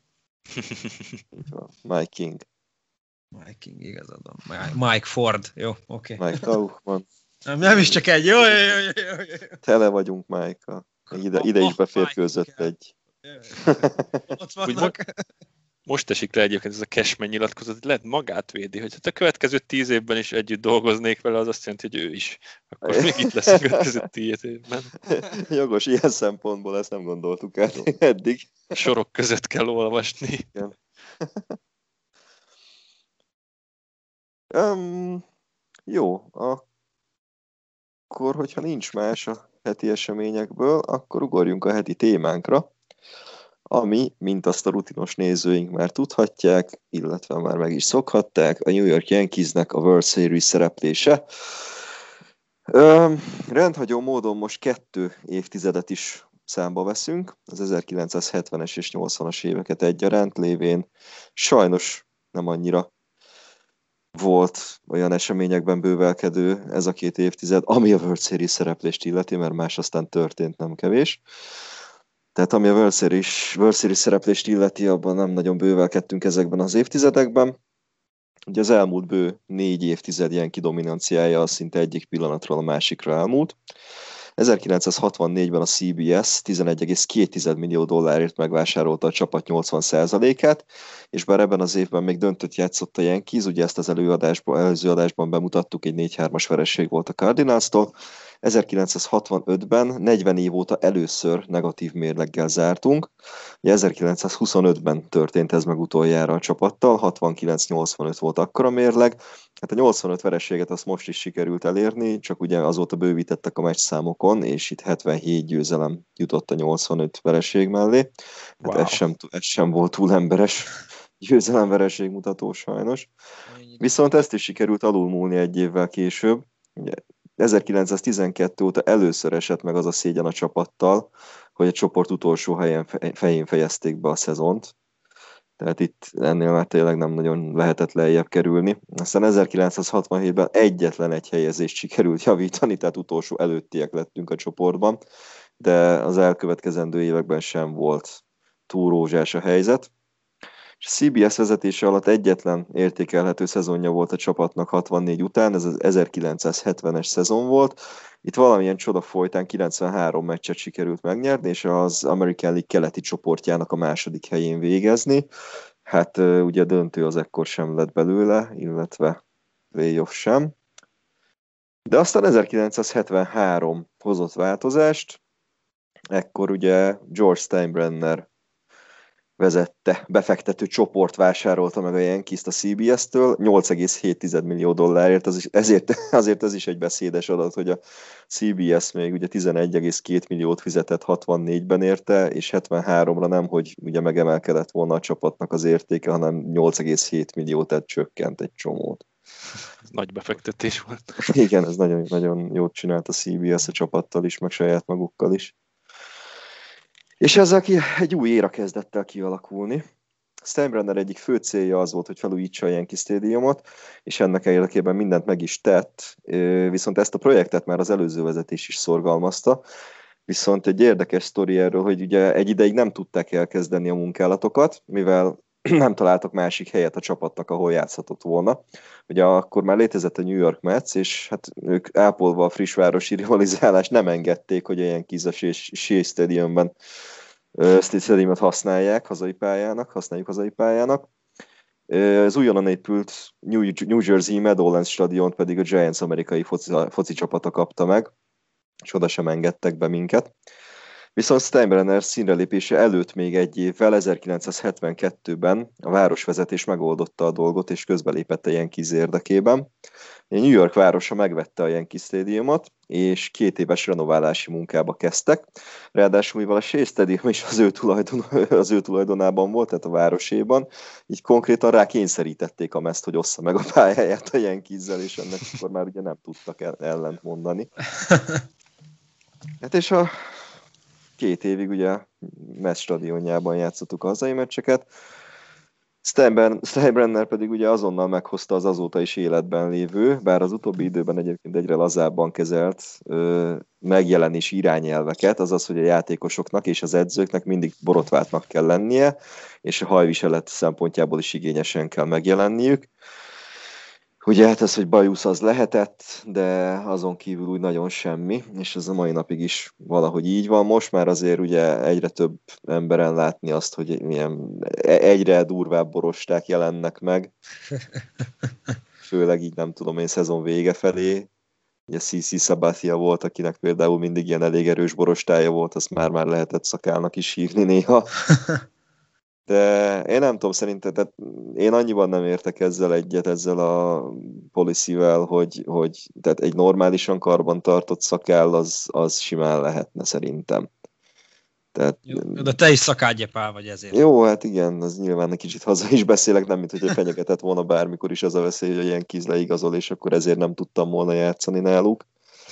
S1: Mike King.
S2: Mike King, igazad van. Mike Ford, jó, oké.
S1: Okay. Mike Tauchman.
S2: Nem, nem is csak egy, jó, jó, jó, jó, jó.
S1: Tele vagyunk Mike-kal. Ide, ide is beférkőzött egy.
S2: Ott vannak.
S3: Most esik le egyébként ez a Cashman nyilatkozat, hogy lehet magát védi, hogy hát a következő tíz évben is együtt dolgoznék vele, az azt jelenti, hogy ő is. Akkor még itt lesz a következő tíz évben.
S1: Jogos, ilyen szempontból ezt nem gondoltuk át eddig.
S3: A sorok között kell olvasni.
S1: Igen. um, jó, akkor, hogyha nincs más a heti eseményekből, akkor ugorjunk a heti témánkra, ami, mint azt a rutinos nézőink már tudhatják, illetve már meg is szokhatták, a New York Yankeesnek a World Series szereplése. Öm, rendhagyó módon most kettő évtizedet is számba veszünk, az ezerkilencszázhetvenes és nyolcvanas éveket egyaránt lévén. Sajnos nem annyira volt olyan eseményekben bővelkedő ez a két évtized, ami a World Series szereplést illeti, mert más aztán történt nem kevés. Tehát ami a World Series, World Series szereplést illeti, abban nem nagyon bővelkedtünk ezekben az évtizedekben. Ugye az elmúlt bő négy évtized ilyen kidominanciája az szinte egyik pillanatról a másikra elmúlt. ezerkilencszázhatvannégyben a cé bé es tizenegy egész két millió dollárért megvásárolta a csapat nyolcvan százalékát, és bár ebben az évben még döntött játszott a Yankees, ugye ezt az előadásban, előző adásban bemutattuk, egy négy hármas vereség volt a Cardinalstól. ezerkilencszázhatvanötben, negyven év óta először negatív mérleggel zártunk. Ugye ezerkilencszázhuszonötben történt ez meg utoljára a csapattal, hatvankilenc nyolcvanöt volt akkora mérleg. Hát a nyolcvanöt vereséget azt most is sikerült elérni, csak ugye azóta bővítettek a meccsszámokon, és itt hetvenhét győzelem jutott a nyolcvanöt vereség mellé. Hát wow. ez, sem, ez sem volt túl emberes győzelemvereség mutató sajnos. Viszont ezt is sikerült alulmúlni egy évvel később. Ugye ezerkilencszáztizenkettő óta először esett meg az a szégyen a csapattal, hogy a csoport utolsó helyen fején fejezték be a szezont. Tehát itt ennél már tényleg nem nagyon lehetett lejjebb kerülni. Aztán ezerkilencszázhatvanhétben egyetlen egy helyezést sikerült javítani, tehát utolsó előttiek lettünk a csoportban, de az elkövetkezendő években sem volt túl rózsás a helyzet. És a cé bé es vezetése alatt egyetlen értékelhető szezonja volt a csapatnak hatvannégy után, ez az ezerkilencszázhetvenes szezon volt. Itt valamilyen csoda folytán kilencvenhárom meccset sikerült megnyerni, és az American League keleti csoportjának a második helyén végezni. Hát ugye a döntő az ekkor sem lett belőle, illetve playoff sem. De aztán ezerkilencszázhetvenhárom hozott változást, ekkor ugye George Steinbrenner vezette, befektető csoport vásárolta meg a Yankees-t a cé bé es-től nyolc egész hét millió dollárért, az is, ezért, azért ez is egy beszédes adat, hogy a cé bé es még ugye tizenegy egész két milliót fizetett hatvannégyben érte, és hetvenháromra nem, hogy ugye megemelkedett volna a csapatnak az értéke, hanem nyolc egész hét millió, tehát csökkent egy csomót.
S3: Ez nagy befektetés volt.
S1: Igen, ez nagyon, nagyon jót csinált a cé bé es a csapattal is, meg saját magukkal is. És ezzel ki egy új éra kezdett el kialakulni. Steinbrenner egyik fő célja az volt, hogy felújítsa a Yankee Stadiumot, és ennek érdekében mindent meg is tett, viszont ezt a projektet már az előző vezetés is szorgalmazta, viszont egy érdekes sztori erről, hogy ugye egy ideig nem tudták elkezdeni a munkálatokat, mivel nem találtak másik helyet a csapatnak, ahol játszhatott volna. Ugye akkor már létezett a New York Mets, és hát ők ápolva a frissvárosi rivalizálást nem engedték, hogy a Yankees a Shea Stadiumben stadiumot használják hazai pályának, használjuk hazai pályának. Az újonnan épült New, New Jersey Meadowlands stadiont pedig a Giants amerikai foci, foci csapata kapta meg, és oda sem engedtek be minket. Viszont Steinbrenner színrelépése előtt még egy évvel, ezerkilencszázhetvenkettőben a városvezetés megoldotta a dolgot, és közbelépett a Yankees érdekében. A New York városa megvette a Yankee Stadiumot, és két éves renoválási munkába kezdtek. Ráadásul, mivel a Shea Stadium is az ő, tulajdon, az ő tulajdonában volt, tehát a városéban, így konkrétan rá kényszerítették a Mets-t, hogy ossza meg a pályáját a Yankees-zel, és ennek akkor már ugye nem tudtak ellent mondani. Hát és a két évig ugye Mets stadionjában játszottuk a hazai meccseket. Steinbrenner pedig ugye azonnal meghozta az azóta is életben lévő, bár az utóbbi időben egyébként egyre lazábban kezelt ö, megjelenési irányelveket, azaz, hogy a játékosoknak és az edzőknek mindig borotváltnak kell lennie, és a hajviselet szempontjából is igényesen kell megjelenniük. Ugye hát ez, hogy bajusz az lehetett, de azon kívül úgy nagyon semmi, és ez a mai napig is valahogy így van. Most már azért ugye egyre több emberen látni azt, hogy milyen egyre durvább borosták jelennek meg. Főleg így nem tudom én szezon vége felé. Ugye cé cé Sabathia volt, akinek például mindig ilyen elég erős borostája volt, azt már-már lehetett szakálnak is hívni néha. De én nem tudom, szerintem, tehát én annyiban nem értek ezzel egyet, ezzel a policyvel, hogy, hogy tehát egy normálisan karban tartott szakáll, az, az simán lehetne szerintem. Tehát,
S2: jó, de te is szakágyepál vagy ezért.
S1: Jó, hát igen, az nyilván egy kicsit haza is beszélek, nem mint hogy fenyegetett volna bármikor is az a veszély, hogy ilyen kíz leigazol, és akkor ezért nem tudtam volna játszani náluk.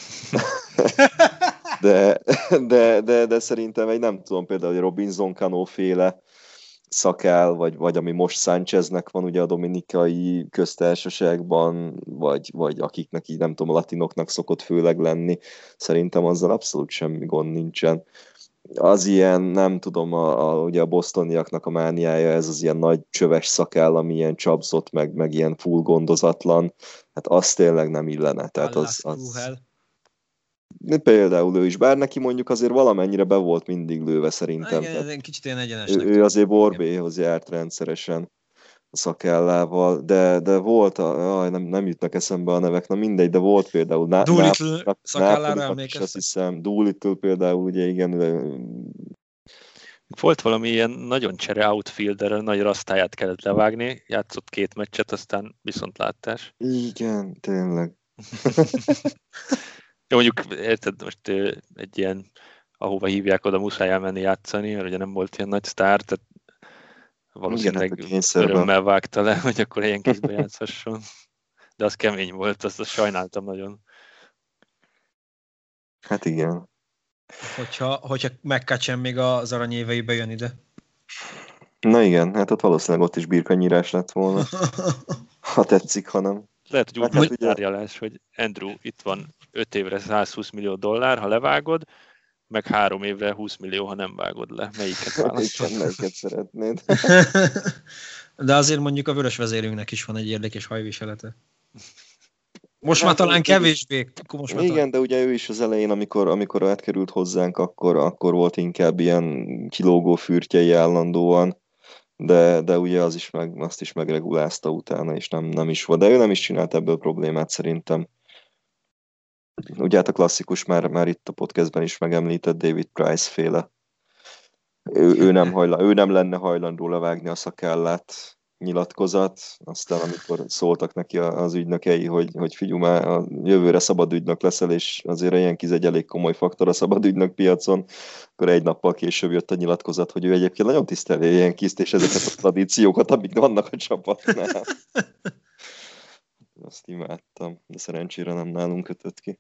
S1: de, de, de, de szerintem egy nem tudom, például egy Robinson Cano féle szakáll, vagy, vagy ami most Sáncheznek van ugye a dominikai köztársaságban, vagy, vagy akiknek így nem tudom, a latinoknak szokott főleg lenni, szerintem azzal abszolút semmi gond nincsen. Az ilyen, nem tudom, a, a, ugye a bostoniaknak a mániája, ez az ilyen nagy csöves szakáll, ami ilyen csapszott, meg, meg ilyen full gondozatlan, hát az tényleg nem illene. Tehát az, az... Például ő is, bár neki mondjuk azért valamennyire be volt mindig lőve szerintem.
S2: Igen, kicsit ilyen egyenesnek.
S1: Ő, ő azért Borbéhoz járt rendszeresen a szakállával, de, de volt, a, jaj, nem, nem jutnak eszembe a nevek, na mindegy, de volt például Ná-
S2: Doolittle szakállára emlékeztek?
S1: Azt hiszem, Doolittle például, ugye igen.
S3: Volt valami ilyen nagyon csere outfielder, nagy rasztáját kellett levágni, játszott két meccset, aztán viszontlátás.
S1: Igen, tényleg.
S3: Jó, mondjuk, érted, most egy ilyen, ahova hívják, oda muszáj elmenni játszani, mert ugye nem volt ilyen nagy sztár, tehát valószínűleg igen, örömmel vágta le, hogy akkor ilyen kézbe játszhasson. De az kemény volt, azt, azt sajnáltam nagyon.
S1: Hát igen.
S2: Hogyha, hogyha McCutchen még az aranyéveibe jön ide.
S1: Na igen, hát ott valószínűleg ott is birkanyírás lett volna. Ha tetszik, ha nem.
S3: Lehet, hogy úgy hát, tárgyalás, hogy Andrew, itt van öt évre százhúsz millió dollár, ha levágod, meg három évre húsz millió, ha nem vágod le. Melyiket választod?
S1: Melyiket szeretnéd?
S2: De azért mondjuk a vörös vezérünknek is van egy érdekes hajviselete. Most már
S1: Hát,
S2: talán kevésbé. Most már
S1: igen,
S2: talán...
S1: de ugye ő is az elején, amikor, amikor átkerült hozzánk, akkor, akkor volt inkább ilyen kilógó fürtjei állandóan, de, de ugye az is meg, azt is megregulázta utána, és nem, nem is volt. De ő nem is csinált ebből problémát szerintem. Ugye hát a klasszikus már, már itt a podcastben is megemlített David Price féle. Ő, ő, nem hajla, ő nem lenne hajlandó levágni a szakállát nyilatkozat, aztán amikor szóltak neki az ügynökei, hogy, hogy figyelj már, a jövőre szabad ügynök leszel, és azért ilyen kiz egy elég komoly faktor a szabad ügynök piacon, akkor egy nappal később jött a nyilatkozat, hogy ő egyébként nagyon tiszteli ilyen kiszt, és ezeket a tradíciókat, amik vannak a csapatnál. Azt imádtam, de szerencsére nem nálunk kötött ki.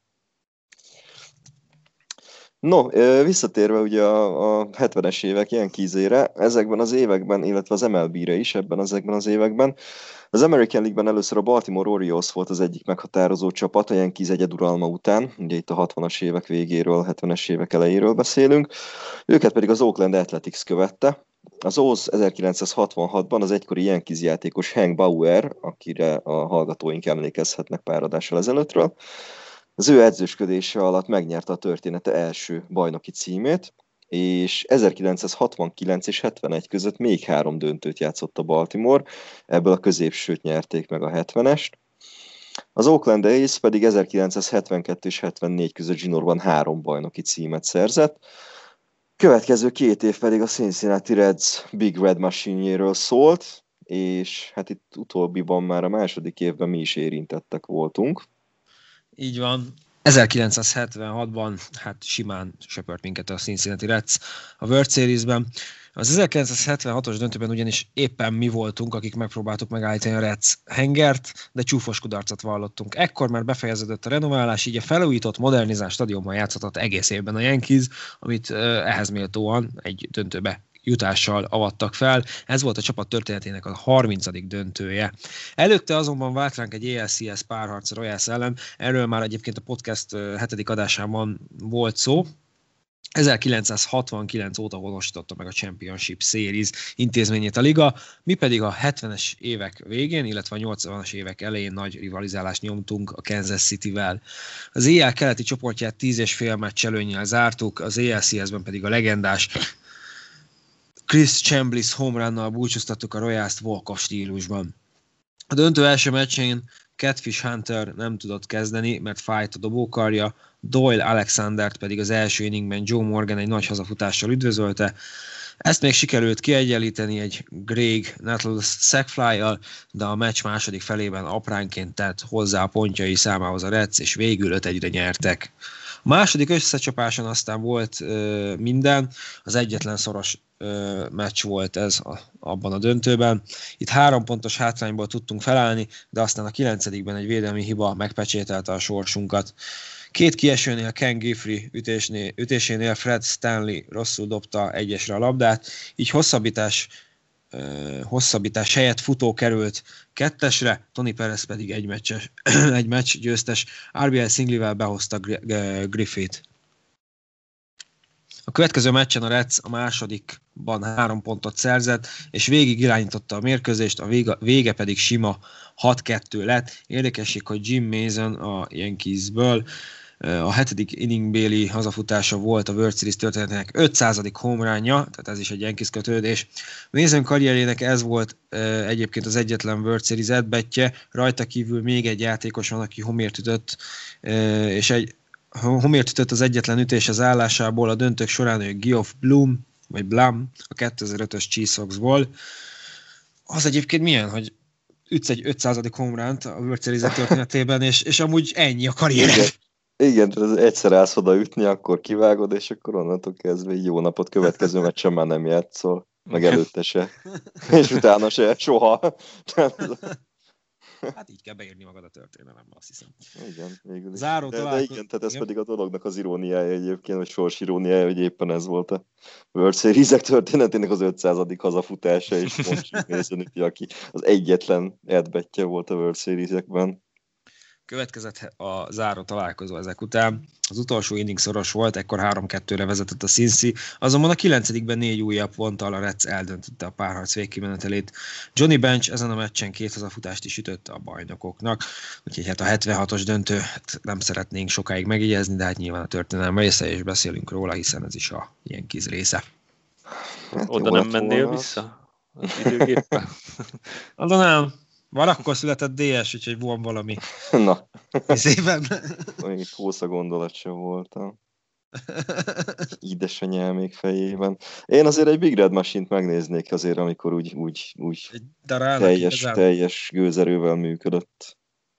S1: No, visszatérve ugye a, a hetvenes évek Yankeesére, ezekben az években, illetve az em el bé-re is ebben ezekben az években, az American League-ben először a Baltimore Orioles volt az egyik meghatározó csapat a Yankees egyeduralma után, ugye itt a hatvanas évek végéről, hetvenes évek elejéről beszélünk, őket pedig az Oakland Athletics követte. Az O's ezerkilencszázhatvanhatban az egykori Yankees játékos Hank Bauer, akire a hallgatóink emlékezhetnek pár adással ezelőttről, az ő edzősködése alatt megnyerte a története első bajnoki címét, és ezerkilencszázhatvankilenc és hetvenegy között még három döntőt játszott a Baltimore, ebből a középsőt nyerték meg a hetvenest. Az Oakland A's pedig ezerkilencszázhetvenkettő és hetvennégy között zsinórban három bajnoki címet szerzett. Következő két év pedig a Cincinnati Reds Big Red Machine-jéről szólt, és hát itt utóbbiban már a második évben mi is érintettek voltunk.
S2: Így van. ezerkilencszázhetvenhatban hát simán söpört minket a Cincinnati Reds a World Series-ben. Az ezerkilencszázhetvenhatos döntőben ugyanis éppen mi voltunk, akik megpróbáltuk megállítani a Reds hengert, de csúfos kudarcot vallottunk. Ekkor már befejeződött a renoválás, így a felújított, modernizált stadionban játszhatott egész évben a Yankees, amit ehhez méltóan egy döntőbe jutással avattak fel. Ez volt a csapat történetének a harmincadik döntője. Előtte azonban vált ránk egy á el cé es párharc a Royals ellen, erről már egyébként a podcast hetedik adásában volt szó. ezerkilencszázhatvankilenc óta honosította meg a Championship Series intézményét a liga, mi pedig a hetvenes évek végén, illetve a nyolcvanas évek elején nagy rivalizálást nyomtunk a Kansas Cityvel. Az é el keleti csoportját tíz és fél meccs előnnyel zártuk, az á el cé es-ben pedig a legendás Chris Chambliss home runnal búcsúztattuk a Royals-t walk-off stílusban. A döntő első meccsén Catfish Hunter nem tudott kezdeni, mert fájt a dobókarja, Doyle Alexandert pedig az első inningben Joe Morgan egy nagy hazafutással üdvözölte. Ezt még sikerült kiegyenlíteni egy Greg Nettles sackfly-jal, de a meccs második felében apránként tett hozzá a pontjai számához a Reds, és végül öt egyre nyertek. A második összecsapáson aztán volt ö, minden, az egyetlen szoros ö, meccs volt ez a, abban a döntőben. Itt három pontos hátrányból tudtunk felállni, de aztán a kilencedikben egy védelmi hiba megpecsételte a sorsunkat. Két kiesőnél Ken Giffrey ütésnél, ütésénél Fred Stanley rosszul dobta egyesre a labdát, így hosszabbítás, uh, hosszabbítás helyett futó került kettesre, Tony Perez pedig egy, meccses, egy meccs győztes er bé i szinglivel behozta Griffith. A következő meccsen a Reds a másodikban három pontot szerzett, és végig irányította a mérkőzést, a vége, vége pedig sima hat kettő lett. Érdekesség, hogy Jim Mason a Yankeesből a hetedik inningbéli hazafutása volt a World Series történetének ötszázadik home runja, tehát ez is egy Yankees kötődés. Mason karrierjének ez volt egyébként az egyetlen World Series at-betje, rajta kívül még egy játékos van, aki homért ütött, és egy homért ütött az egyetlen ütés az állásából, a döntők során ő Geoff Blum, vagy Blum, a kétezer-ötös Chiefs Soxból. Az egyébként milyen, hogy ütsz egy ötszázadik home runt a World Series történetében, és, és amúgy ennyi a karrier.
S1: Igen, tehát egyszer állsz oda ütni, akkor kivágod, és akkor onnantól kezdve egy jó napot, következő meccsen már nem játszol, meg előtte se, és utána se, soha.
S2: Hát így kell beírni magad a történelembe, azt hiszem.
S1: Igen, végül is.
S2: Záró
S1: de,
S2: találkoz...
S1: de igen, tehát ez
S2: igen.
S1: pedig a dolognak az iróniája egyébként, vagy sors iróniája, hogy éppen ez volt a World Series-ek történetének az ötszázadik hazafutása, és most Mason üti, aki az egyetlen at-betje volt a World Series-ekben.
S2: Következett a záró találkozó ezek után. Az utolsó inning szoros volt, ekkor három kettőre vezetett a Cincy, azonban a kilencedikben négy újabb ponttal a Reds eldöntötte a párharc végkimenetelét. Johnny Bench ezen a meccsen két hazafutást is ütötte a bajnokoknak, úgyhogy hát a hetvenhatos döntő hát nem szeretnénk sokáig megjegyezni, de hát nyilván a történelem része, és beszélünk róla, hiszen ez is a Yankees része.
S3: Hát oda nem mennél volna vissza az időgéppel?
S2: Oda nem. Van akkor született dé es, úgyhogy van valami.
S1: Na.
S2: Szépen.
S1: Még egy kósza gondolat sem voltam. Édes a nyelmék fejében. Én azért egy Big Red Machine-t megnéznék azért, amikor úgy, úgy, úgy teljes, teljes gőzerővel működött.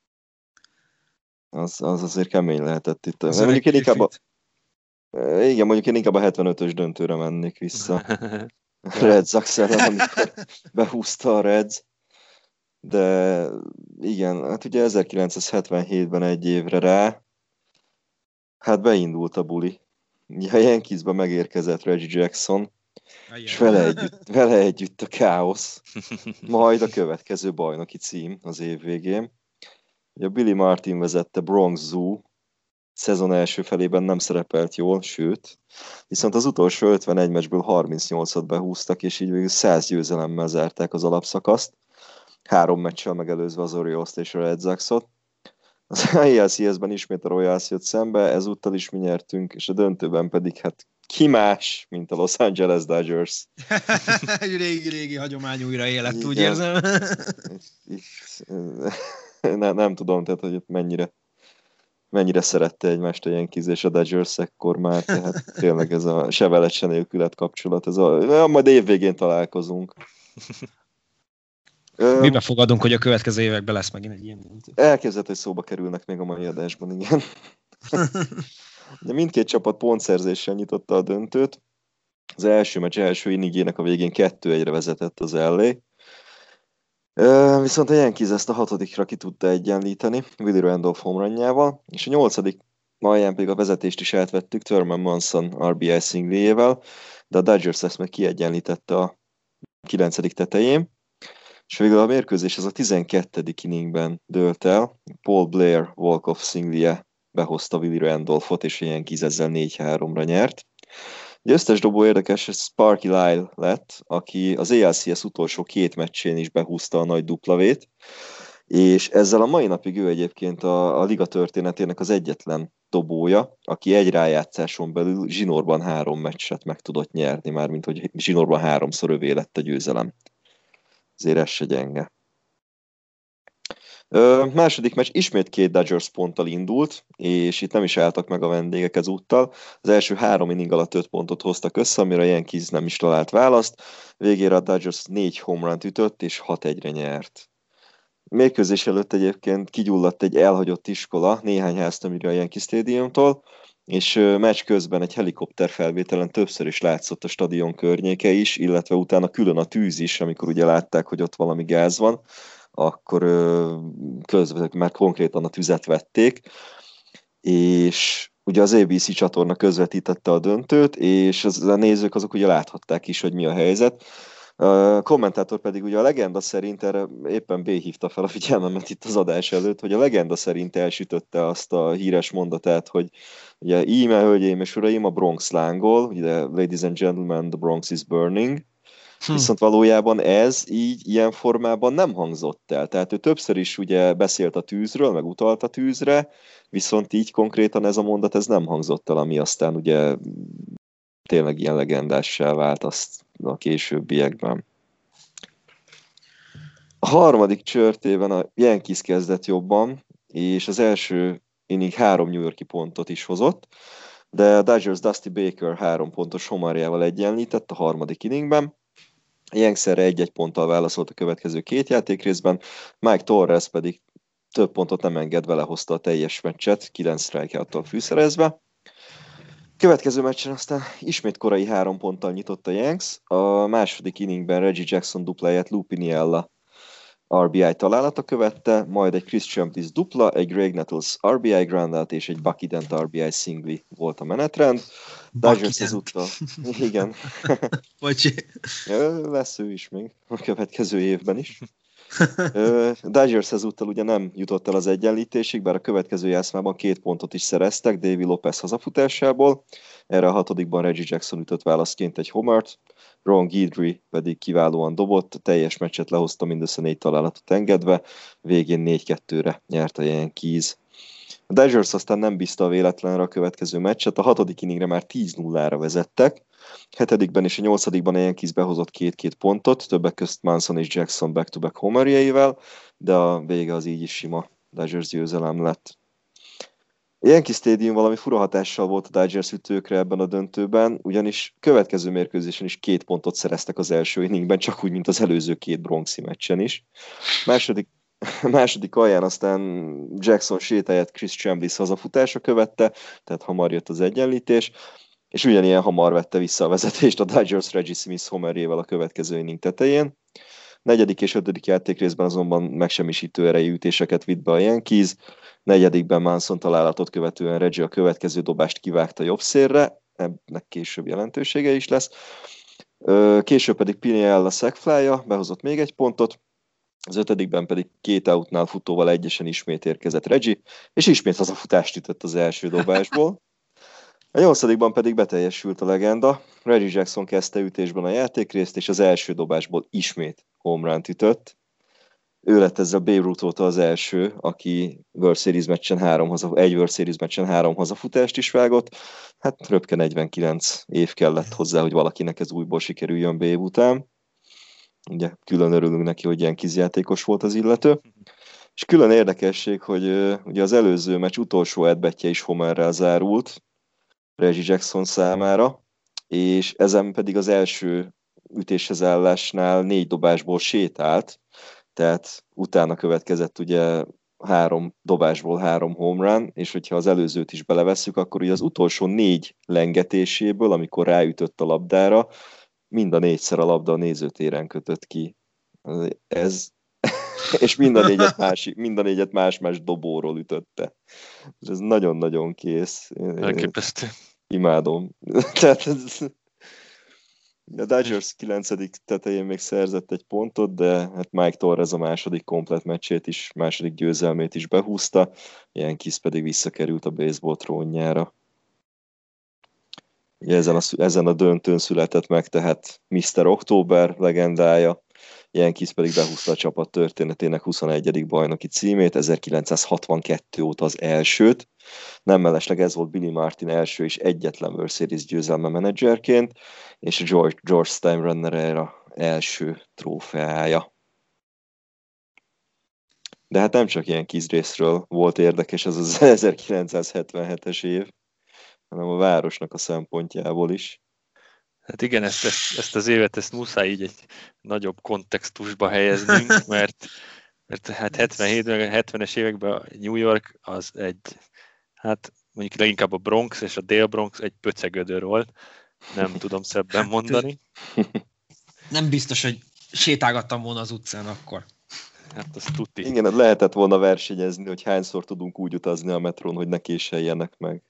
S1: Az, az azért kemény lehetett itt. Az mondjuk én inkább a, igen, mondjuk én inkább a hetvenötös döntőre mennék vissza. Red Sox ellen, amikor behúzta a Reds. De igen, hát ugye ezerkilencszázhetvenhétben egy évre rá, hát beindult a buli. A Yankeesbe megérkezett Reggie Jackson, Aján. és vele együtt, vele együtt a káosz, majd a következő bajnoki cím az év végén. Ugye Billy Martin vezette Bronx Zoo, szezon első felében nem szerepelt jól, sőt, viszont az utolsó ötvenegy meccsből harmincnyolcat behúztak, és így végül száz győzelemmel zárták az alapszakaszt. Három meccsel megelőzve az Orioles-t és a Red Sox-ot. Az á el cé es-ben ismét a Royals jött szembe, ezúttal is mi nyertünk, és a döntőben pedig hát ki más, mint a Los Angeles Dodgers.
S2: Régi-régi hagyomány újra élet, igen. Úgy érzem.
S1: nem, nem tudom, tehát, hogy mennyire, mennyire szerette egymást a Yankees és a Dodgers ekkor már, tehát tényleg ez a se veled, se nélkület kapcsolat, ez a, majd évvégén találkozunk.
S2: Mibe fogadunk, hogy a következő években lesz megint egy ilyen döntő?
S1: Elképzelhető, hogy szóba kerülnek még a mai adásban, igen. De mindkét csapat pontszerzéssel nyitotta a döntőt. Az első meccs első inningének a végén kettő egyre vezetett az el á. Viszont a Yankees ezt a hatodikra ki tudta egyenlíteni Willie Randolph homerunjával, és a nyolcadik alján pedig a vezetést is átvettük Thurman Munson er bé i szingléjével, de a Dodgers ezt meg kiegyenlítette a kilencedik tetején. És végül a mérkőzés az a tizenkettedik inningben dőlt el. Paul Blair walk-off szinglie behozta Willie Randolphot, és a Yankees ezzel négy háromra nyert. A győztes dobó érdekes, Sparky Lyle lett, aki az á el cé es utolsó két meccsén is behúzta a nagy duplavét, és ezzel a mai napig ő egyébként a, a liga történetének az egyetlen dobója, aki egy rájátszáson belül zsinórban három meccset meg tudott nyerni, mármint hogy zsinórban háromszor övé lett a győzelem. Azért ez se gyenge. Ö, második meccs ismét két Dodgers ponttal indult, és itt nem is álltak meg a vendégek ezúttal. Az első három inning alatt öt pontot hoztak össze, amire a Yankees nem is talált választ. Végére a Dodgers négy home runt ütött, és hat egyre nyert. A mérkőzés előtt egyébként kigyulladt egy elhagyott iskola néhány háztömbre a Yankee Stadiumtól, és meccs közben egy helikopter felvételen többször is látszott a stadion környéke is, illetve utána külön a tűz is, amikor ugye látták, hogy ott valami gáz van, akkor közben már konkrétan a tüzet vették, és ugye az á bé cé csatorna közvetítette a döntőt, és az, a nézők azok ugye láthatták is, hogy mi a helyzet. A kommentátor pedig ugye a legenda szerint, erre éppen B hívta fel a figyelmemet itt az adás előtt, hogy a legenda szerint elsütötte azt a híres mondatát, hogy ugye íme, hölgyeim és uraim, a Bronx lángol, ugye ladies and gentlemen, the Bronx is burning, hm. Viszont valójában ez így ilyen formában nem hangzott el. Tehát ő többször is ugye beszélt a tűzről, meg utalt a tűzre, viszont így konkrétan ez a mondat ez nem hangzott el, ami aztán ugye tényleg ilyen legendássá vált azt a későbbiekben. A harmadik csörtében a Yankees kezdett jobban, és az első inning három New York-i pontot is hozott, de a Dodgers Dusty Baker három pontos homarjával egyenlített a harmadik inningben. A Yankees erre egy-egy ponttal válaszolt a következő két játékrészben, Mike Torres pedig több pontot nem engedve lehozta a teljes meccset, kilenc strikeouttal fűszerezve. Következő meccsen aztán ismét korai három ponttal nyitott a Yankees. A második inningben Reggie Jackson dupláját Lou Piniella er bé i találata követte, majd egy Christian Bliss dupla, egy Greg Nettles er bé i groundout és egy Bucky Dent er bé i singly volt a menetrend. Dodgers ezúttal. Igen.
S2: Bocsi.
S1: Lesz ő is még a következő évben is. A Dodgers ezúttal ugye nem jutott el az egyenlítésig, bár a következő játszmában két pontot is szereztek Davy Lopez hazafutásából. Erre a hatodikban Reggie Jackson ütött válaszként egy homert, Ron Guidry pedig kiválóan dobott, a teljes meccset lehozta mindössze négy találatot engedve, végén négy kettőre nyert a Yankees. A Dodgers aztán nem bízta a véletlenre a következő meccset, a hatodik inningre már tíz nullára vezettek, hetedikben és a nyolcadikban a Yankees behozott két-két pontot, többek közt Manson és Jackson back-to-back homerjeivel, de a vége az így is sima Dodgers győzelem lett. A Yankee Stadium valami fura hatással volt a Dodgers ütőkre ebben a döntőben, ugyanis következő mérkőzésen is két pontot szereztek az első inningben, csak úgy, mint az előző két Bronxi meccsen is. Második második alján aztán Jackson sétáját Chris Chambliss hazafutása követte, tehát hamar jött az egyenlítés, és ugyanilyen hamar vette vissza a vezetést a Dodgers Reggie Smith homerjével a következő inning tetején. Negyedik és ötödik játékrészben azonban megsemmisítő erejű ütéseket vitt be a Yankees, negyedikben Manson találatot követően Reggie a következő dobást kivágta jobb szélre, ennek később jelentősége is lesz. Később pedig Piniella sackfly-ja behozott még egy pontot, az ötödikben pedig két outnál futóval egyesen ismét érkezett Reggie, és ismét hazafutást ütött az első dobásból. A nyolcadikban pedig beteljesült a legenda. Reggie Jackson kezdte ütésben a játékrészt, és az első dobásból ismét home runt ütött. Ő lett ezzel Babe Ruth óta az első, aki World Series meccsen három haza, egy World Series meccsen három hazafutást is vágott. Hát röpke negyvenkilenc év kellett hozzá, hogy valakinek ez újból sikerüljön Babe után. Ugye külön örülünk neki, hogy ilyen kizjátékos volt az illető. És külön érdekesség, hogy uh, ugye az előző meccs utolsó at-betje is homerrel zárult Reggie Jackson számára, és ezen pedig az első ütéshez állásnál négy dobásból sétált, tehát utána következett ugye három dobásból három home run, és hogyha az előzőt is belevesszük, akkor ugye az utolsó négy lengetéséből, amikor ráütött a labdára, mind a négyszer a labda a nézőtéren kötött ki. Ez, és mind a négyet, másik, mind a négyet más-más dobóról ütötte. És ez nagyon-nagyon kész.
S3: Elképesztő.
S1: Imádom. Tehát ez... A Dodgers kilencedik tetején még szerzett egy pontot, de hát Mike Torres a második komplet meccsét is, második győzelmét is behúzta, Yankees pedig visszakerült a baseball trónjára. Ugye ezen, a, ezen a döntőn született meg tehát miszter Október legendája, Yankees pedig behúzta a csapat történetének huszonegyedik bajnoki címét, ezerkilencszázhatvankettő óta az elsőt. Nem mellesleg ez volt Billy Martin első és egyetlen World Series győzelme menedzserként, és George, George Steinbrenner era első trófeája. De hát nem csak ilyen kizrészről volt érdekes ez az ezerkilencszázhetvenhetes év, hanem a városnak a szempontjából is.
S3: Hát igen, ezt, ezt, ezt az évet ezt muszáj így egy nagyobb kontextusba helyeznünk, mert, mert hát hetvenhétben, hetvenes években New York az egy, hát mondjuk leginkább a Bronx és a Dél Bronx egy pöcegödör volt, nem tudom szebben mondani.
S2: Nem biztos, hogy sétálgattam volna az utcán akkor.
S3: Hát az tuti.
S1: Igen, lehetett volna versenyezni, hogy hányszor tudunk úgy utazni a metrón, hogy ne késeljenek meg.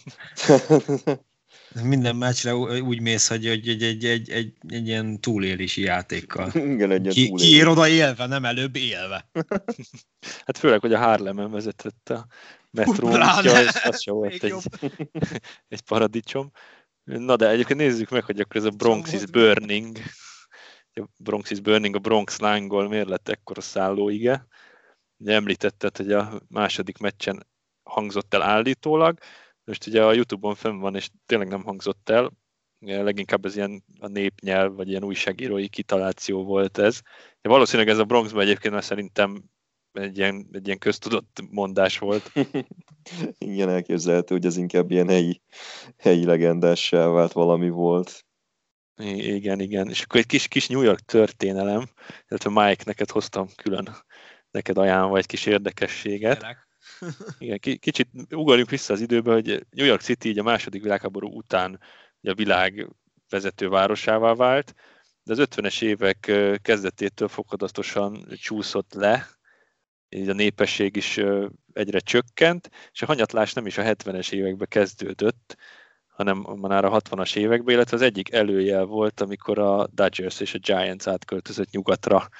S2: Minden meccsre úgy mész, hogy egy, egy, egy, egy, egy, egy ilyen túlélési játékkal.
S1: Igen, egy ilyen
S2: Ki,
S1: túlélés.
S2: Kiér oda élve, nem előbb élve.
S3: Hát főleg, hogy a Harlemen vezetett a metró útja, és az se volt egy, egy paradicsom. Na de egyébként nézzük meg, hogy akkor ez a Bronx is Burning, a Bronx is Burning, a Bronx Line-gól miért lett ekkora szállóige. Ugye említetted, hogy a második meccsen hangzott el állítólag, most ugye a YouTube-on fenn van, és tényleg nem hangzott el, leginkább ez ilyen a népnyelv, vagy ilyen újságírói kitaláció volt ez. De valószínűleg ez a Bronxban egyébként már szerintem egy ilyen, egy ilyen köztudott mondás volt.
S1: Igen, elképzelhető, hogy ez inkább ilyen helyi, helyi legendássá vált valami volt.
S3: I- igen, igen. És akkor egy kis, kis New York történelem, illetve Mike, neked hoztam külön neked ajánlva egy kis érdekességet.
S2: Tényleg.
S3: Igen, k- kicsit ugorjunk vissza az időbe, hogy New York City így a második világháború után a világ vezető városává vált, de az ötvenes évek kezdetétől fokozatosan csúszott le, így a népesség is egyre csökkent, és a hanyatlás nem is a hetvenes években kezdődött, hanem már a hatvanas években, illetve az egyik előjel volt, amikor a Dodgers és a Giants átköltözött nyugatra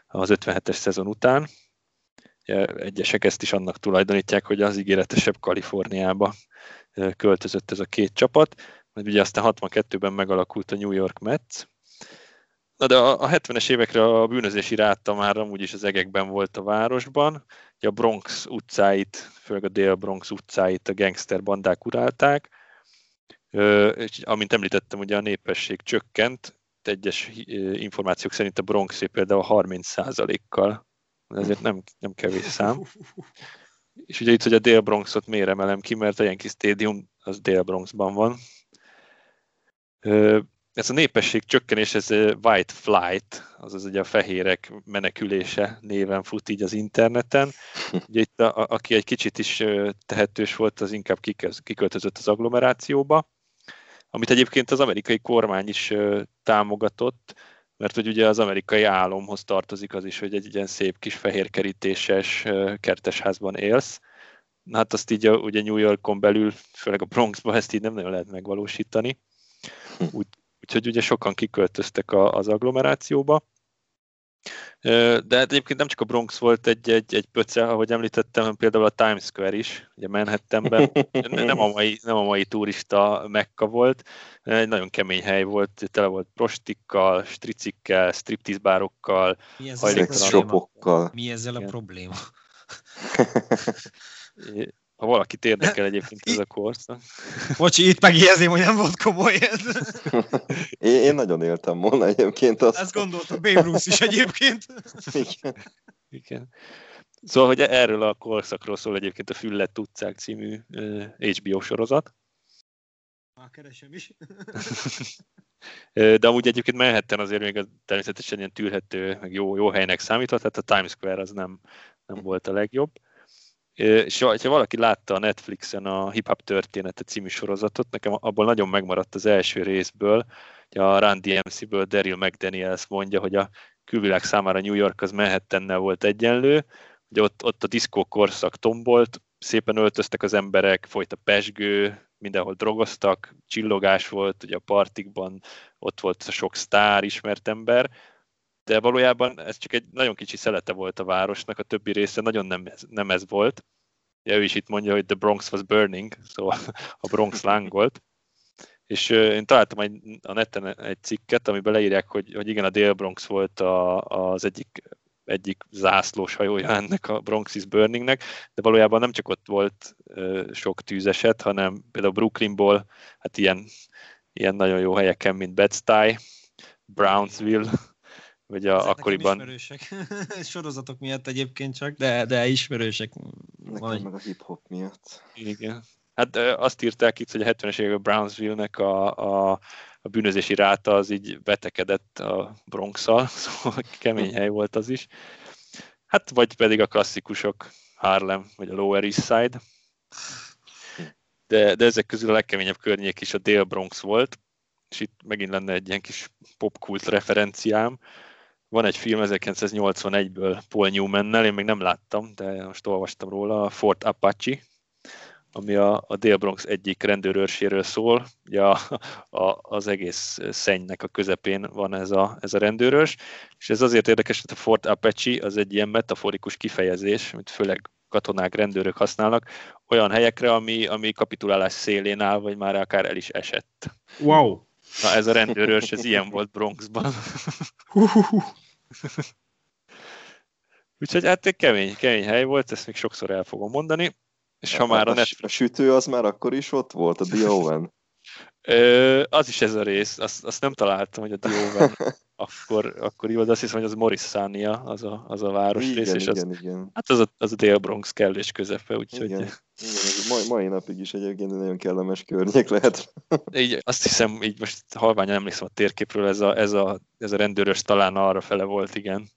S3: az ötvenhetes szezon után. Egyesek ezt is annak tulajdonítják, hogy az ígéretesebb Kaliforniába költözött ez a két csapat, majd ugye aztán hatvankettőben megalakult a New York Mets. Na de a hetvenes évekre a bűnözési ráta már amúgy is az egekben volt a városban. Ugye a Bronx utcáit, főleg a Dél Bronx utcáit a gangster bandák urálták. És amint említettem, ugye a népesség csökkent, egyes információk szerint a Bronxé például harminc százalékkal. Ezért nem, nem kevés szám. És ugye itt, hogy a Dél Bronxot miért emelem ki, mert a Yankee Stadium az Dél Bronxban van. Ez a népesség csökkenés, ez white flight, azaz ugye a fehérek menekülése néven fut így az interneten. Ugye itt a, a, aki egy kicsit is tehetős volt, az inkább kiköltözött az agglomerációba, amit egyébként az amerikai kormány is támogatott, mert hogy ugye az amerikai álomhoz tartozik az is, hogy egy ilyen szép kis fehérkerítéses kertesházban élsz. Na hát azt így a, ugye New Yorkon belül, főleg a Bronxban ezt így nem nagyon lehet megvalósítani. Úgy, úgyhogy ugye sokan kiköltöztek a, az agglomerációba. De hát egyébként nem csak a Bronx volt egy, egy, egy pöcce, ahogy említettem, hanem például a Times Square is, ugye Manhattanben. Nem a mai, nem a mai turista Mekka volt, egy nagyon kemény hely volt, tele volt prostikkal, stricikkel, striptease-bárokkal,
S1: hajléktalan.
S2: Mi ezzel a probléma?
S3: Ha valakit érdekel egyébként ez a korszak.
S2: Bocsi, itt megjegyezném, hogy nem volt komoly ez.
S1: Én, én nagyon éltem volna egyébként azt.
S2: Ezt gondoltam, Babe Ruth is egyébként.
S1: Igen.
S3: Igen. Szóval, hogy erről a korszakról szól egyébként a Füllett utcák című uh, há bé o sorozat.
S2: Már keresem is.
S3: De amúgy egyébként Manhattan azért még természetesen ilyen tűrhető, meg jó, jó helynek számított, tehát a Times Square az nem, nem volt a legjobb. És ha valaki látta a Netflixen a Hip Hop Története című sorozatot, nekem abból nagyon megmaradt az első részből, hogy a Run dé em cé-ből Daryl McDaniels mondja, hogy a külvilág számára New York az Manhattannel volt egyenlő, hogy ott, ott a diszkó korszak tombolt, szépen öltöztek az emberek, folyt a pezsgő, mindenhol drogoztak, csillogás volt, ugye a partikban ott volt a sok sztár, ismert ember, de valójában ez csak egy nagyon kicsi szelete volt a városnak, a többi része nagyon nem ez, nem ez volt. Ja, ő is itt mondja, hogy the Bronx was burning, szóval a Bronx lángolt. És uh, én találtam egy, a neten egy cikket, amiben leírják, hogy, hogy igen, a Dél Bronx volt a, az egyik, egyik zászlós hajója ennek a Bronx is burningnek, de valójában nem csak ott volt uh, sok tűzeset, hanem például Brooklynból, hát ilyen, ilyen nagyon jó helyeken, mint Bed-Stuy, Brownsville, vagy a,
S2: ezek
S3: akkoriban...
S2: ismerősek. Sorozatok miatt egyébként csak, de, de ismerősek.
S1: Nekem
S2: Vagy...
S1: meg a hip-hop miatt.
S3: Igen. Hát azt írták itt, hogy a hetvenes években Brownsville-nek a, a, a bűnözési ráta az így vetekedett a Bronx-szal, szóval kemény hely volt az is. Hát vagy pedig a klasszikusok, Harlem vagy a Lower East Side. De, de ezek közül a legkeményebb környék is a Dél Bronx volt, és itt megint lenne egy ilyen kis popkult referenciám. Van egy film ezerkilencszáznyolcvanegyből Paul Newmannel, én még nem láttam, de most olvastam róla, a Fort Apache, ami a, a Dél Bronx egyik rendőrőrséről szól. Ugye a, a, az egész szennynek a közepén van ez a, ez a rendőrös, és ez azért érdekes, hogy a Fort Apache az egy ilyen metaforikus kifejezés, amit főleg katonák, rendőrök használnak, olyan helyekre, ami, ami kapitulálás szélén áll, vagy már akár el is esett.
S2: Wow!
S3: Na ez a rendőrös, ez ilyen volt Bronxban. Úgyhogy hát egy kemény, kemény hely volt, ezt még sokszor el fogom mondani. És ha
S1: a,
S3: már a,
S1: a,
S3: net...
S1: a sütő az már akkor is ott volt, a The Oven.
S3: Ö, az is ez a rész, azt, azt nem találtam, hogy a The Oven akkor, akkor jó, de azt hiszem, hogy az Morrisania, az a, az a városrész,
S1: igen,
S3: és az,
S1: igen, igen.
S3: hát az a, az a Dél Bronx kellés közepe, úgyhogy...
S1: Igen, igen, ez mai, mai napig is egyébként nagyon kellemes környék lehet.
S3: Így azt hiszem, így most halványan emlékszem a térképről, ez a, ez a, ez a rendőrös talán arra fele volt, igen.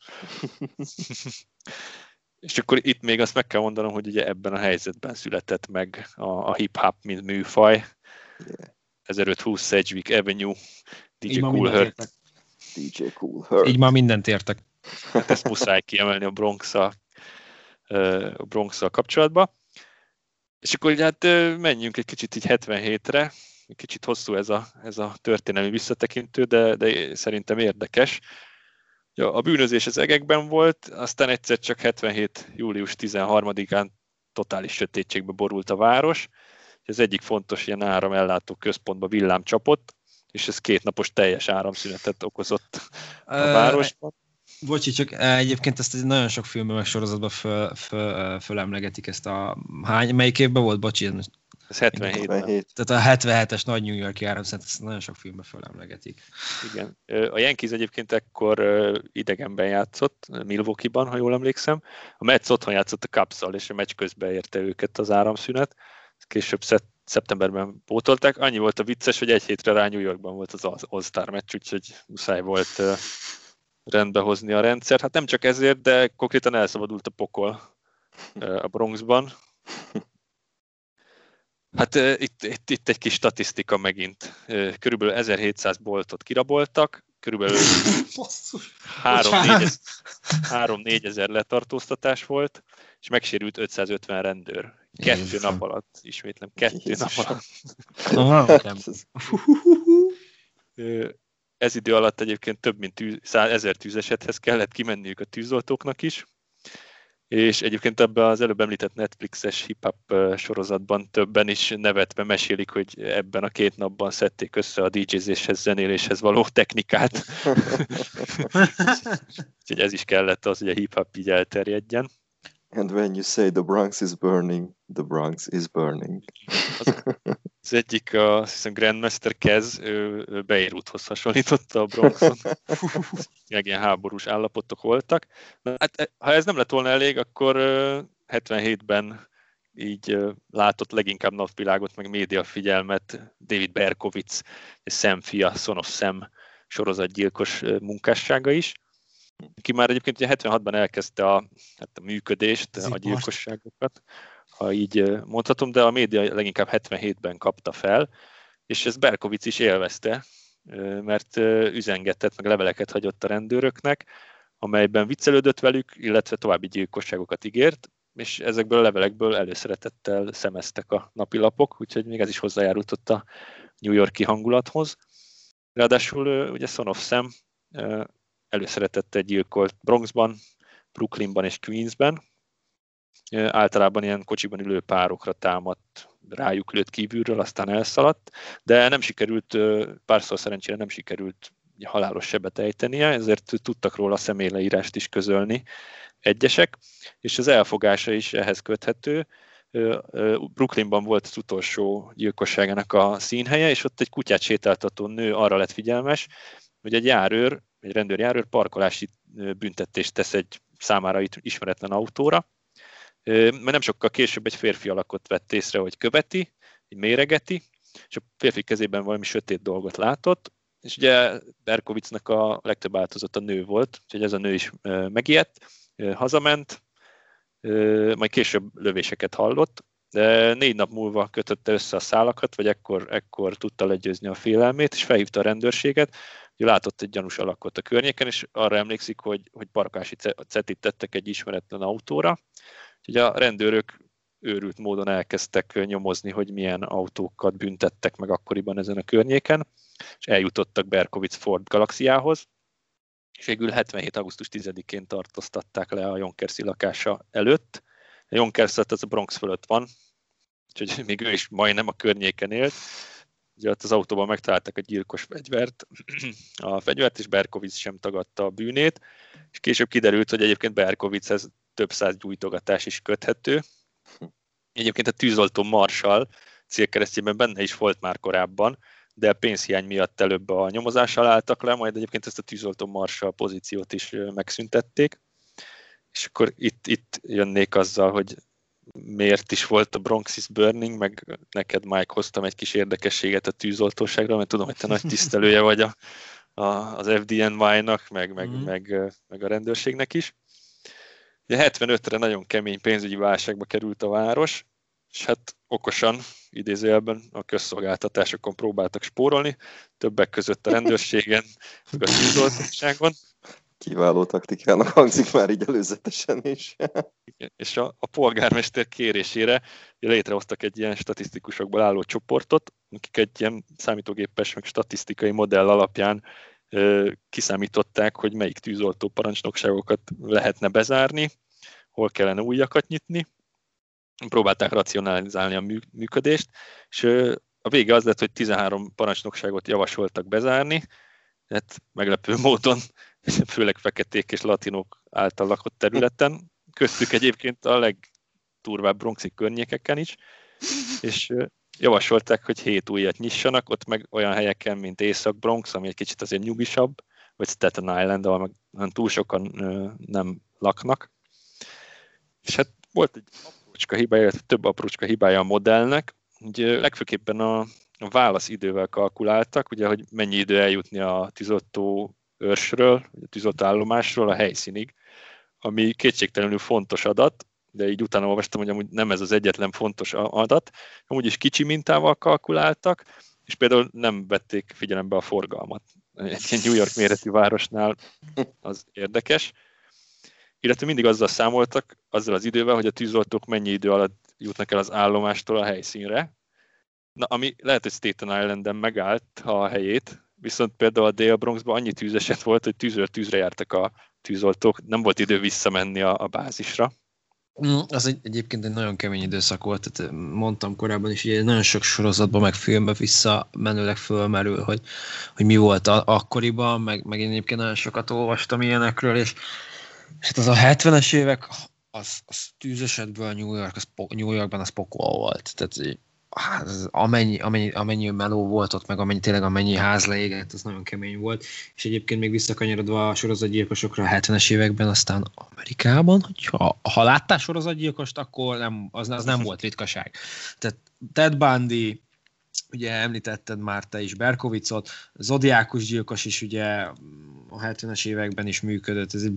S3: És akkor itt még azt meg kell mondanom, hogy ugye ebben a helyzetben született meg a, a hip-hop, mint műfaj. Yeah. ezerötszázhúsz Sedgwick Avenue, dé dzsé Kool Herc.
S1: dé dzsé Kool Herc.
S2: Így már mindent értek.
S3: Hát ezt muszáj kiemelni a Bronx-szal, a Bronx-szal kapcsolatban. És akkor hát menjünk egy kicsit így hetvenhétre. Kicsit hosszú ez a, ez a történelmi visszatekintő, de, de szerintem érdekes. Ja, a bűnözés az egekben volt, aztán egyszer csak hetvenhét. július tizenharmadikán totális sötétségbe borult a város. Az egyik fontos ilyen áramellátó központba villám csapott, és ez két napos teljes áramszünetet okozott a városban.
S2: Bocsi, csak egyébként ezt nagyon sok filmben meg sorozatban föl, föl, fölemlegetik ezt a... Hány, melyik évben volt, bocsi?
S3: Ez hetvenhétben.
S2: Tehát a hetvenhetes nagy New York-i áramszünet, ezt nagyon sok filmben fölemlegetik.
S3: Igen. A Yankees egyébként ekkor idegenben játszott, Milwaukee-ban, ha jól emlékszem. A Mets otthon játszott a Cubs-szal, és a meccs közben érte őket az áramszünet. Később szeptemberben pótolták. Annyi volt a vicces, hogy egy hétre rá New Yorkban volt az All-Star meccs, úgyhogy muszáj volt rendbe hozni a rendszert. Hát nem csak ezért, de konkrétan elszabadult a pokol a Bronxban. Hát itt, itt, itt egy kis statisztika megint. Körülbelül ezerhétszáz boltot kiraboltak, körülbelül három-négy ezer letartóztatás volt, és megsérült ötszázötven rendőr. Kettő nap alatt, ismétlem, kettő nap alatt. Ez idő alatt egyébként több mint tűz, ezer tűzesethez kellett kimenniük a tűzoltóknak is, és egyébként ebben az előbb említett Netflixes hip-hop sorozatban többen is nevetve mesélik, hogy ebben a két napban szedték össze a dé jézéshez, zenéléshez való technikát. Úgyhogy ez is kellett az, hogy a hip-hop így elterjedjen.
S1: And when you say the Bronx is burning, the Bronx is burning.
S3: Az, az egyik, a, azt hiszem Grandmaster Kez, ő, ő Beiruthoz hasonlította a Bronxon. Meg ilyen háborús állapotok voltak. Na, hát, ha ez nem lett volna elég, akkor hetvenhétben így látott leginkább napvilágot, meg médiafigyelmet David Berkowitz, és Sam fia, Son of Sam sorozatgyilkos munkássága is. Ki már egyébként ugye hetvenhatban elkezdte a, hát a működést, a gyilkosságokat, ha így mondhatom, de a média leginkább hetvenhétben kapta fel, és ezt Berkowitz is élvezte, mert üzengetett, meg leveleket hagyott a rendőröknek, amelyben viccelődött velük, illetve további gyilkosságokat ígért, és ezekből a levelekből előszeretettel szemeztek a napilapok, úgyhogy még ez is hozzájárult a New York-i hangulathoz. Ráadásul ugye Son of Sam előszeretettel gyilkolt Bronxban, Brooklynban és Queensben. Általában ilyen kocsiban ülő párokra támadt, rájuk lőtt kívülről, aztán elszaladt, de nem sikerült, párszor szerencsére nem sikerült halálos sebet ejtenie, ezért tudtak róla személyleírást is közölni egyesek, és az elfogása is ehhez köthető. Brooklynban volt az utolsó gyilkosságának a színhelye, és ott egy kutyát sétáltató nő arra lett figyelmes, hogy egy járőr, egy rendőrjárőr parkolási büntetést tesz egy számára ismeretlen autóra, mert nem sokkal később egy férfi alakot vett észre, hogy követi, így méregeti, és a férfi kezében valami sötét dolgot látott, és ugye Berkowitznak a legtöbb áldozata nő volt, úgyhogy ez a nő is megijedt, hazament, majd később lövéseket hallott, de négy nap múlva kötötte össze a szálakat, vagy ekkor, ekkor tudta legyőzni a félelmét, és felhívta a rendőrséget, hogy látott egy gyanús alakot a környéken, és arra emlékszik, hogy, hogy parkolási cetit tettek egy ismeretlen autóra. Úgyhogy a rendőrök őrült módon elkezdtek nyomozni, hogy milyen autókat büntettek meg akkoriban ezen a környéken, és eljutottak Berkowitz Ford Galaxiához, és végül hetvenhét. augusztus tizedikén tartóztatták le a Jonkersi lakása előtt. A Yonkers az a Bronx fölött van, úgyhogy még ő is majdnem a környéken élt. Ugye ott az autóban megtalálták a gyilkos fegyvert, a fegyvert, és Berkowitz sem tagadta a bűnét, és később kiderült, hogy egyébként Berkowitzhez több száz gyújtogatás is köthető. Egyébként a tűzoltó Marshall célkeresztjében benne is volt már korábban, de a pénzhiány miatt előbb a nyomozással álltak le, majd egyébként ezt a tűzoltó Marshall pozíciót is megszüntették. És akkor itt, itt jönnék azzal, hogy miért is volt a Bronx is burning, meg neked, Mike, hoztam egy kis érdekességet a tűzoltóságról, mert tudom, hogy te nagy tisztelője vagy a, a, az ef dé en wá-nak, meg, meg, mm. meg, meg a rendőrségnek is. Ugye hetvenötre nagyon kemény pénzügyi válságba került a város, és hát okosan, idézőjelben a közszolgáltatásokon próbáltak spórolni, többek között a rendőrségen, meg a tűzoltóságon.
S1: Kiváló taktikának hangzik már így előzetesen is.
S3: Igen, és a, a polgármester kérésére létrehoztak egy ilyen statisztikusokból álló csoportot, akik egy ilyen számítógépes, meg statisztikai modell alapján kiszámították, hogy melyik tűzoltó parancsnokságokat lehetne bezárni, hol kellene újakat nyitni. Próbálták racionalizálni a működést, és a vége az lett, hogy tizenhárom parancsnokságot javasoltak bezárni, hát meglepő módon, főleg feketék és latinok által lakott területen, köztük egyébként a legturvább bronxi környékeken is, és javasolták, hogy hét újat nyissanak, ott meg olyan helyeken, mint Észak-Bronx, ami egy kicsit azért nyugisabb, vagy Staten Island, ahol meg túl sokan nem laknak. És hát volt egy aprócska hibája, több aprócska hibája a modellnek, ugye legfőképpen a, a válaszidővel kalkuláltak, ugye, hogy mennyi idő eljutni a tűzoltó őrsről, a tűzoltó állomásról a helyszínig, ami kétségtelenül fontos adat, de így utána olvastam, hogy amúgy nem ez az egyetlen fontos adat, amúgy is kicsi mintával kalkuláltak, és például nem vették figyelembe a forgalmat. Egy New York méretű városnál az érdekes. Illetve mindig azzal számoltak, azzal az idővel, hogy a tűzoltók mennyi idő alatt jutnak el az állomástól a helyszínre. Na, ami lehet, hogy Staten Islanden megállt a helyét, viszont például a Dél-Bronxban annyi tűzeset volt, hogy tűzről tűzre jártak a tűzoltók, nem volt idő visszamenni a, a bázisra.
S2: Az egy, egyébként egy nagyon kemény időszak volt, tehát mondtam korábban is, hogy nagyon sok sorozatban, meg filmben visszamenőleg fölmerül, hogy, hogy mi volt a, akkoriban, meg, meg én egyébként nagyon sokat olvastam ilyenekről, és, és hát az a hetvenes évek, az, az tűzesetből New York, az, New Yorkban az pokol volt, tehát hát az amennyi, amennyi, amennyi meló volt ott, meg amennyi, tényleg amennyi ház leégett, az nagyon kemény volt. És egyébként még visszakanyarodva a sorozatgyilkosokra a hetvenes években, aztán Amerikában, hogyha ha láttál sorozatgyilkost, akkor nem, az, az nem volt ritkaság. Tehát Ted Bundy, ugye említetted már te is Berkovicot, Zodiákus gyilkos is ugye a hetvenes években is működött, ez egy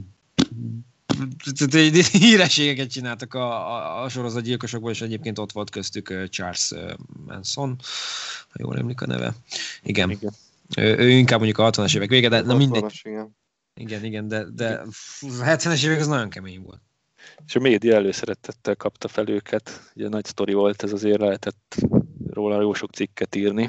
S2: hírességeket csináltak a, a, a sorozatgyilkosokból, és egyébként ott volt köztük Charles Manson, ha jól emlék a neve. Igen. igen. Ő, ő inkább mondjuk a hatvanas évek vége, de na mindegy. Igen. igen, igen, de, de a hetvenes évek az nagyon kemény volt.
S3: És a média előszeretettel kapta fel őket. Ugye nagy sztori volt, ez azért lehetett róla jó sok cikket írni.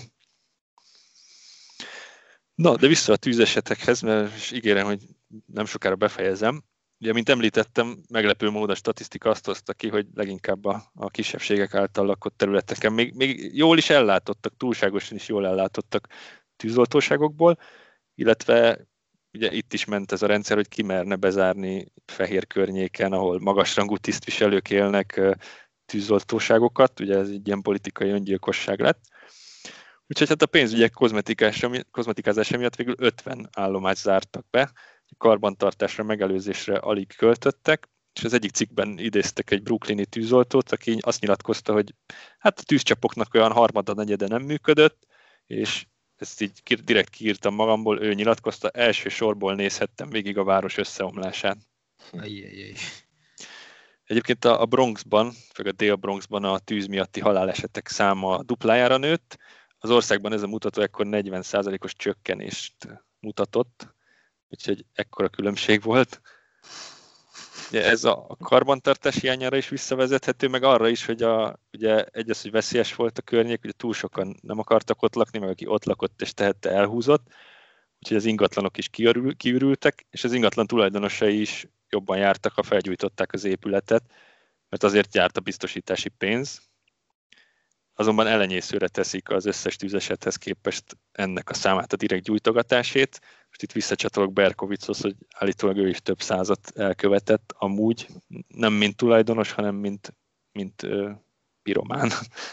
S3: Na, de vissza a tűzesetekhez, mert ígérem, hogy nem sokára befejezem. Ugye, mint említettem, meglepő módon a statisztika azt hozta ki, hogy leginkább a, a kisebbségek által lakott területeken még, még jól is ellátottak, túlságosan is jól ellátottak tűzoltóságokból, illetve ugye itt is ment ez a rendszer, hogy ki merne bezárni Fehér környéken, ahol magasrangú tisztviselők élnek, tűzoltóságokat, ugye ez egy ilyen politikai öngyilkosság lett. Úgyhogy hát a pénzügyek kozmetikázása miatt végül ötven állomást zártak be, karbantartásra, megelőzésre alig költöttek, és az egyik cikkben idéztek egy brooklyni tűzoltót, aki azt nyilatkozta, hogy hát a tűzcsapoknak olyan harmada, negyede nem működött, és ezt így direkt kiírtam magamból, ő nyilatkozta, első sorból nézhettem végig a város összeomlásán.
S2: Ajjajjaj.
S3: Egyébként a Bronxban, főleg a Dél-Bronxban a tűz miatti halálesetek száma duplájára nőtt, az országban ez a mutató ekkor negyven százalékos csökkenést mutatott, úgyhogy ekkora különbség volt. Ez a karbantartás hiányára is visszavezethető, meg arra is, hogy a, ugye egy az, hogy veszélyes volt a környék, ugye túl sokan nem akartak ott lakni, meg aki ott lakott és tehette, elhúzott, úgyhogy az ingatlanok is kiürültek, és az ingatlan tulajdonosai is jobban jártak, ha felgyújtották az épületet, mert azért járt a biztosítási pénz. Azonban elenyészőre teszik az összes tűzesethez képest ennek a számát, a direkt gyújtogatásét. Most itt visszacsatolok Berkovichoz, hogy állítólag ő is több százat elkövetett, amúgy nem mint tulajdonos, hanem mint, mint ö, piromán.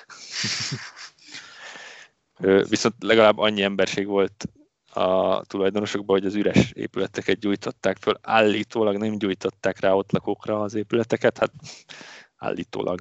S3: Viszont legalább annyi emberség volt a tulajdonosokban, hogy az üres épületeket gyújtották föl. Állítólag nem gyújtották rá ott lakókra az épületeket, hát állítólag.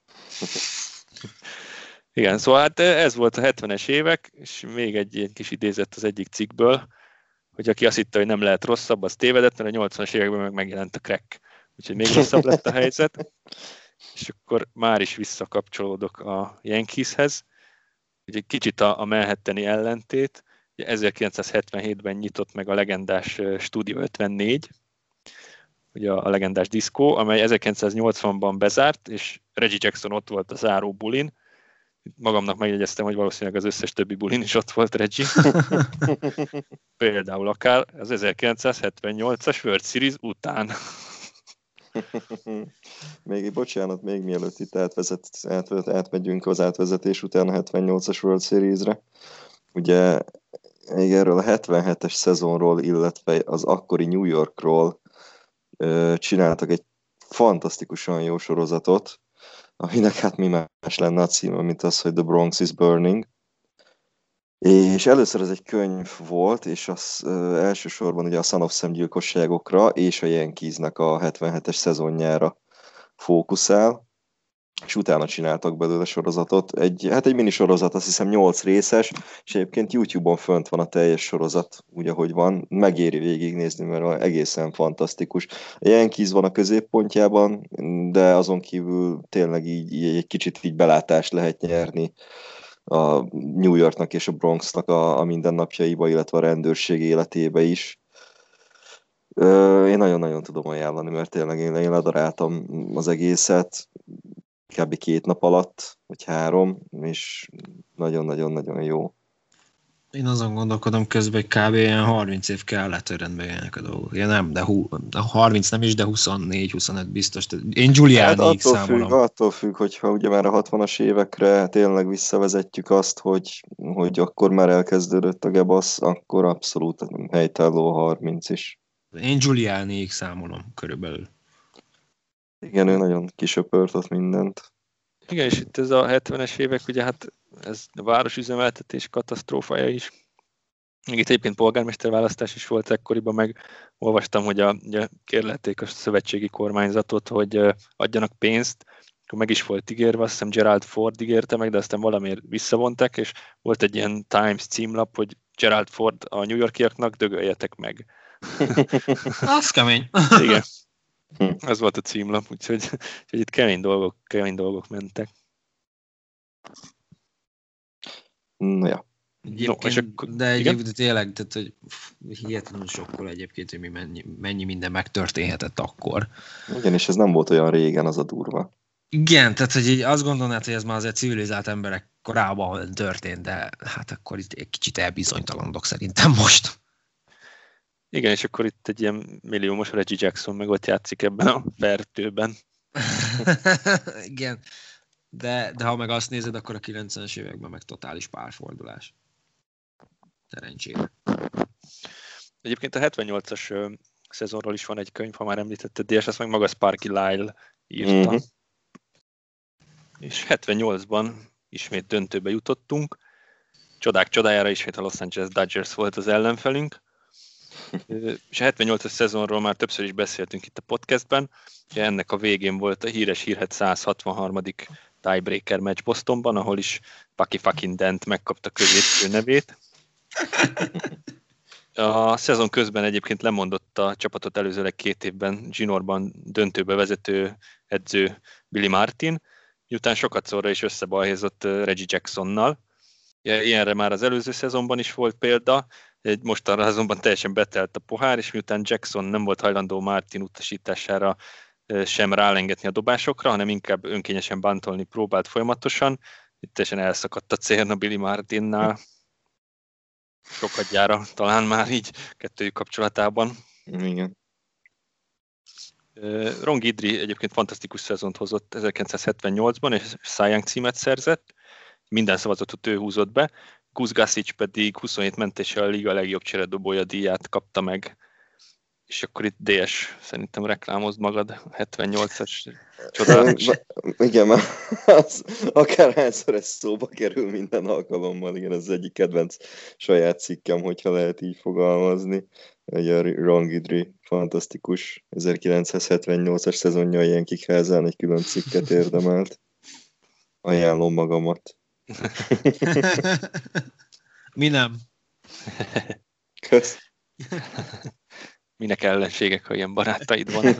S3: Igen, szóval hát ez volt a hetvenes évek, és még egy ilyen kis idézet az egyik cikkből, hogy aki azt hitte, hogy nem lehet rosszabb, az tévedett, mert a nyolcvanas években meg megjelent a crack. Úgyhogy még rosszabb lett a helyzet. És akkor már is visszakapcsolódok a Yankeeshez. Egy kicsit a, a Manhattani ellentét. Ugye ezerkilencszázhetvenhétben nyitott meg a legendás Studio ötvennégy, ugye a legendás diszkó, amely ezerkilencszáznyolcvanban bezárt, és Reggie Jackson ott volt a záró bulin. Magamnak megjegyeztem, hogy valószínűleg az összes többi bulin is ott volt Reggie. Például akár az ezerkilencszázhetvennyolcas World Series után.
S1: Még, bocsánat, még mielőtt itt átvezet, átvezet, átmegyünk az átvezetés után a hetvennyolcas World Series-re. Ugye még erről a hetvenhetes szezonról, illetve az akkori New Yorkról ö, csináltak egy fantasztikusan jó sorozatot, aminek hát mi más lenne a címe, mint az, hogy The Bronx is Burning. És először ez egy könyv volt, és az ö, elsősorban ugye a Son of Sam gyilkosságokra és a Yankeesnek a hetvenhetes szezonjára fókuszál, és utána csináltak belőle sorozatot. Egy, hát egy mini sorozat, azt hiszem nyolc részes, és egyébként YouTube-on fönt van a teljes sorozat, úgy ahogy van. Megéri végignézni, mert egészen fantasztikus. A Yankees van a középpontjában, de azon kívül tényleg így, így egy kicsit így belátást lehet nyerni a New Yorknak és a Bronxnak a, a mindennapjaiba, illetve a rendőrség életébe is. Én nagyon-nagyon tudom ajánlani, mert tényleg én, én ledaráltam az egészet, kb. két nap alatt, vagy három, és nagyon-nagyon-nagyon jó.
S2: Én azon gondolkodom közben, hogy kb. Ilyen harminc év kellett, hogy rendbe jöjjenek a dolgok. Ja nem, de hú, harminc nem is, de huszonnégy huszonöt biztos. Én Giulianiig
S1: hát
S2: számolom.
S1: Függ, attól függ, hogyha ugye már a hatvanas évekre tényleg visszavezetjük azt, hogy, hogy akkor már elkezdődött a gebasz, akkor abszolút helytálló harminc is.
S2: Én Giulianiig számolom körülbelül.
S1: Igen, ő nagyon kisöpört mindent.
S3: Igen, és itt ez a hetvenes évek, ugye hát ez a városüzemeltetés katasztrófája is. Még itt egyébként polgármesterválasztás is volt ekkoriban, meg olvastam, hogy a, ugye kérlelték a szövetségi kormányzatot, hogy adjanak pénzt, akkor meg is volt ígérve, azt hiszem Gerald Ford ígérte meg, de aztán valamiért visszavonták, és volt egy ilyen Times címlap, hogy Gerald Ford a New Yorkiaknak, dögöljetek meg.
S2: Az kemény.
S3: Igen. Ez volt a címlap, úgyhogy, úgyhogy itt kemény dolgok, kemény dolgok mentek.
S1: No, ja.
S3: No, és akkor,
S2: de egyébként tényleg, tehát, hogy hihetetlenül sokkol egyébként, hogy mi mennyi, mennyi minden megtörténhetett akkor.
S1: Igen, és ez nem volt olyan régen, az a durva.
S2: Igen, tehát hogy így azt gondolnád, hogy ez már azért civilizált emberek korában történt, de hát akkor itt egy kicsit elbizonytalanodok szerintem most.
S3: Igen, és akkor itt egy ilyen milliómos Reggie Jackson meg ott játszik ebben a fertőben.
S2: Igen, de, de ha meg azt nézed, akkor a kilencvenes években meg totális párfordulás. Szerencsére.
S3: Egyébként a hetvennyolcas szezonról is van egy könyv, ha már említetted, de ezt meg maga Sparky Lyle írta. Mm-hmm. És hetvennyolcban ismét döntőbe jutottunk. Csodák csodájára ismét a Los Angeles Dodgers volt az ellenfelünk. És a hetvennyolcas szezonról már többször is beszéltünk itt a podcastben. Ugye ennek a végén volt a híres hírhet száz hatvanharmadik tiebreaker meccs Bostonban, ahol is Bucky fucking Dent megkapta középső nevét. A szezon közben egyébként lemondott a csapatot előzőleg két évben zsinórban döntőbe vezető edző Billy Martin, miután sokat szorra is összebalhézott Reggie Jacksonnal. Ilyenre már az előző szezonban is volt példa, egy mostanra azonban teljesen betelt a pohár, és miután Jackson nem volt hajlandó Martin utasítására sem rálengetni a dobásokra, hanem inkább önkényesen bántolni próbált folyamatosan, itt teljesen elszakadt a célna Billy Martinnál. Sokadjára talán már így kettőjük kapcsolatában.
S1: Igen.
S3: Ron Guidry egyébként fantasztikus szezont hozott ezerkilencszázhetvennyolcban, és Cy Young címet szerzett. Minden szavazatot ő húzott be. Gus Gossage pedig huszonhét mentéssel a liga legjobb cseredobója díját kapta meg. És akkor itt dé es, szerintem reklámozd magad, hetvennyolcas csodálatos.
S1: Igen, mert az, akárhányszor ez szóba kerül minden alkalommal, igen, ez az egyik kedvenc saját cikkem, hogyha lehet így fogalmazni. Ugye Ron Guidry fantasztikus ezerkilencszázhetvennyolcas szezonja ilyen kikházán egy külön cikket érdemelt. Ajánlom magamat.
S2: Mi nem?
S1: Kösz.
S3: Minek ellenségek, ha ilyen barátaid vannak.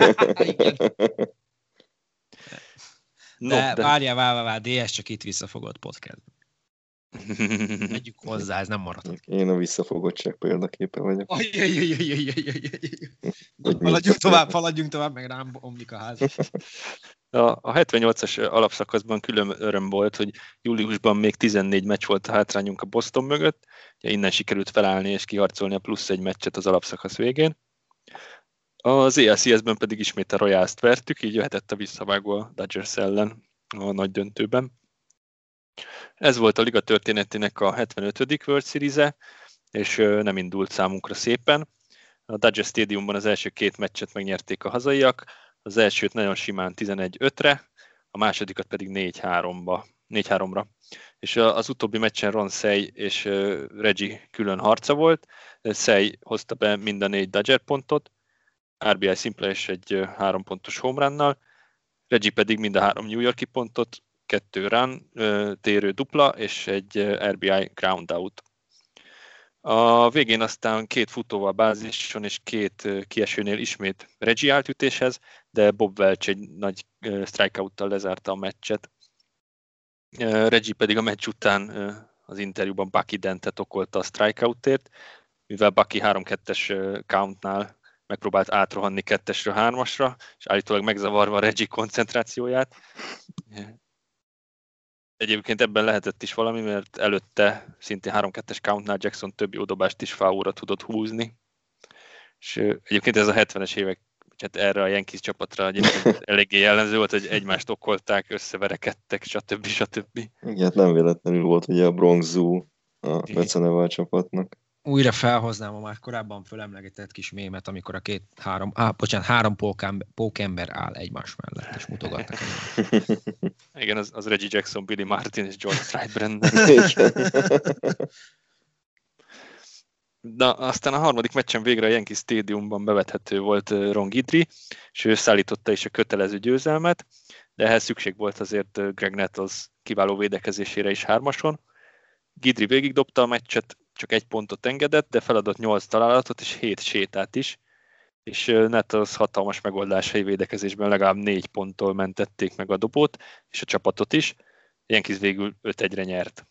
S2: No, de, de várjál, várjál, várjál, dé es csak itt visszafogott podcast. Megyünk hozzá, ez nem maradhat.
S1: Én a visszafogottság példaképe vagyok.
S2: Haladjunk tovább, haladjunk tovább, meg rám omlik a ház.
S3: A, a hetvennyolcas alapszakaszban külön öröm volt, hogy júliusban még tizennégy meccs volt a hátrányunk a Boston mögött, ugye innen sikerült felállni és kiharcolni a plusz egy meccset az alapszakasz végén. Az á el cé es-ben pedig ismét a Royals-t vertük, így jöhetett a visszavágó a Dodgers ellen a nagy döntőben. Ez volt a liga történetének a hetvenötödik World Series-e, és nem indult számunkra szépen. A Dodger Stadiumban az első két meccset megnyerték a hazaiak, az elsőt nagyon simán tizenegy ötre, a másodikat pedig négy háromra. És az utóbbi meccsen Ron Cey és Reggie külön harca volt. Cey hozta be mind a négy Dodger pontot, er bé i szimpla és egy három pontos home runnal, Reggie pedig mind a három New Yorki pontot, kettő run, térő dupla és egy er bé i ground out. A végén aztán két futóval bázison és két kiesőnél ismét Reggie állt ütéshez, de Bob Welch egy nagy strikeouttal lezárta a meccset. Reggie pedig a meccs után az interjúban Bucky Dentet okolta a strikeoutért, mivel Bucky három kettes countnál megpróbált átrohanni kettesről hármasra, és állítólag megzavarva Reggie koncentrációját. Egyébként ebben lehetett is valami, mert előtte szintén három kettes countnál Jackson több jó dobást is fáulra tudott húzni. És egyébként ez a hetvenes évek, hát erre a Yankees csapatra egyébként eléggé jellemző volt, hogy egymást okolták, összeverekedtek, stb. stb.
S1: Igen, nem véletlenül volt ugye a Bronx Zoo a Beceneval csapatnak.
S2: Újra felhoznám a már korábban fölemlegetett kis mémet, amikor a két, három, á, bocsánat, három pókember, pókember áll egymás mellett, és mutogatnak.
S3: Igen, az, az Reggie Jackson, Billy Martin és George Steinbrenner. Na, aztán a harmadik meccsen végre a Yankee Stadiumban bevethető volt Ron Guidry, és ő szállította is a kötelező győzelmet, de ehhez szükség volt azért Greg Nettles kiváló védekezésére is hármason. Guidry végigdobta a meccset, csak egy pontot engedett, de feladott nyolc találatot és hét sétát is, és Nettles hatalmas megoldásai védekezésben legalább négy ponttól mentették meg a dobót, és a csapatot is. Yankees végül öt egyre nyert.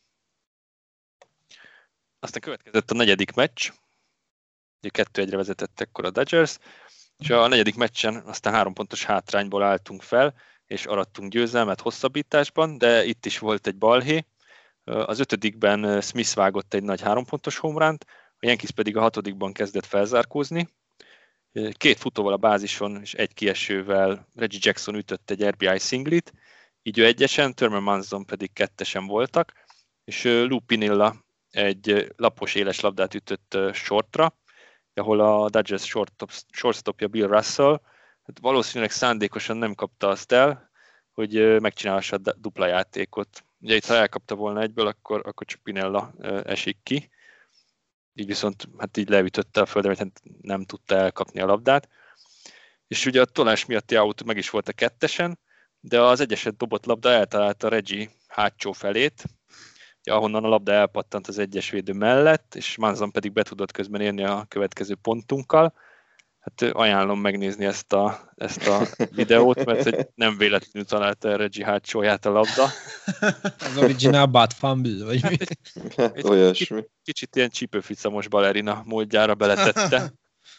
S3: Aztán következett a negyedik meccs, ugye kettő egyre vezetett ekkor a Dodgers, és a negyedik meccsen aztán három pontos hátrányból álltunk fel, és arattunk győzelmet hosszabbításban, de itt is volt egy balhé. Az ötödikben Smith vágott egy nagy hárompontos homerunt, a Yankees pedig a hatodikban kezdett felzárkózni. Két futóval a bázison és egy kiesővel Reggie Jackson ütött egy er bé i szinglit, így ő egyesen, Thurman Munson pedig kettesen voltak, és Lou Piniella egy lapos éles labdát ütött shortra, ahol a Dodgers shortstop, shortstopja Bill Russell hát valószínűleg szándékosan nem kapta azt el, hogy megcsinálhassa a dupla játékot. Ugye itt, ha elkapta volna egyből, akkor, akkor csak Piniella esik ki. Így viszont hát így leütötte a földre, hogy nem tudta elkapni a labdát. És ugye a tolás miatti out meg is volt a kettesen, de az egyeset dobott labda eltalálta Reggie hátsó felét, ahonnan a labda elpattant az egyes védő mellett, és Munson pedig be tudott közben érni a következő pontunkkal. Hát ajánlom megnézni ezt a, ezt a videót, mert hogy nem véletlenül találta Reggie hátsóját a labda.
S2: Az original bad fumble, vagy mi?
S1: Hát, egy olyasmi.
S3: Kicsit, kicsit ilyen csípőficamos balerina módjára beletette.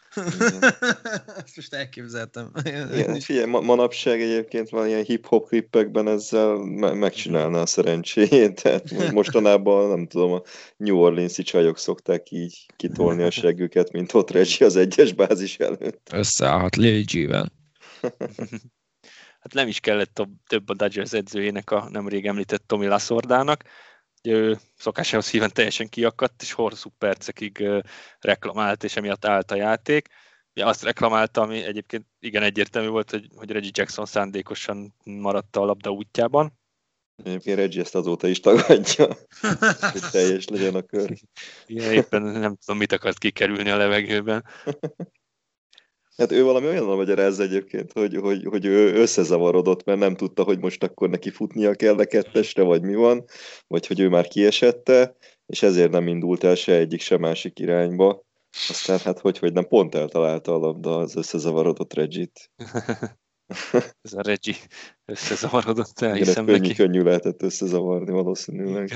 S2: Ezt most elképzeltem.
S1: Igen, figyelj, ma, manapság egyébként van ilyen hip-hop klippekben ezzel me- megcsinálná a szerencséjét, tehát mostanában nem tudom, a New Orleans-i csajok szokták így kitolni a seggüket, mint ott Reggie az egyes bázis előtt.
S2: Összeállhat Lil G-vel.
S3: Hát nem is kellett a, több a Dodgers edzőjének a nemrég említett Tommy Lasordának. Ő szokásához híven teljesen kiakadt, és hosszú percekig reklamált, és emiatt állt a játék. Ugye azt reklamálta, ami egyébként igen egyértelmű volt, hogy, hogy Reggie Jackson szándékosan maradt a labda útjában.
S1: Egyébként Reggie ezt azóta is tagadja, hogy teljes legyen a kör.
S3: Igen, éppen nem tudom, mit akart kikerülni a levegőben.
S1: Hát ő valami olyan magyarázza egyébként, hogy, hogy, hogy ő összezavarodott, mert nem tudta, hogy most akkor neki futnia kell a kettesre, vagy mi van, vagy hogy ő már kiesette, és ezért nem indult el se egyik, se másik irányba. Aztán hát hogy, hogy nem pont eltalálta a labda az összezavarodott Reggie-t.
S3: Ez a Reggie összezavarodott el,
S1: Igen,
S3: hiszem
S1: könnyű,
S3: neki.
S1: könnyű lehetett összezavarni valószínűleg.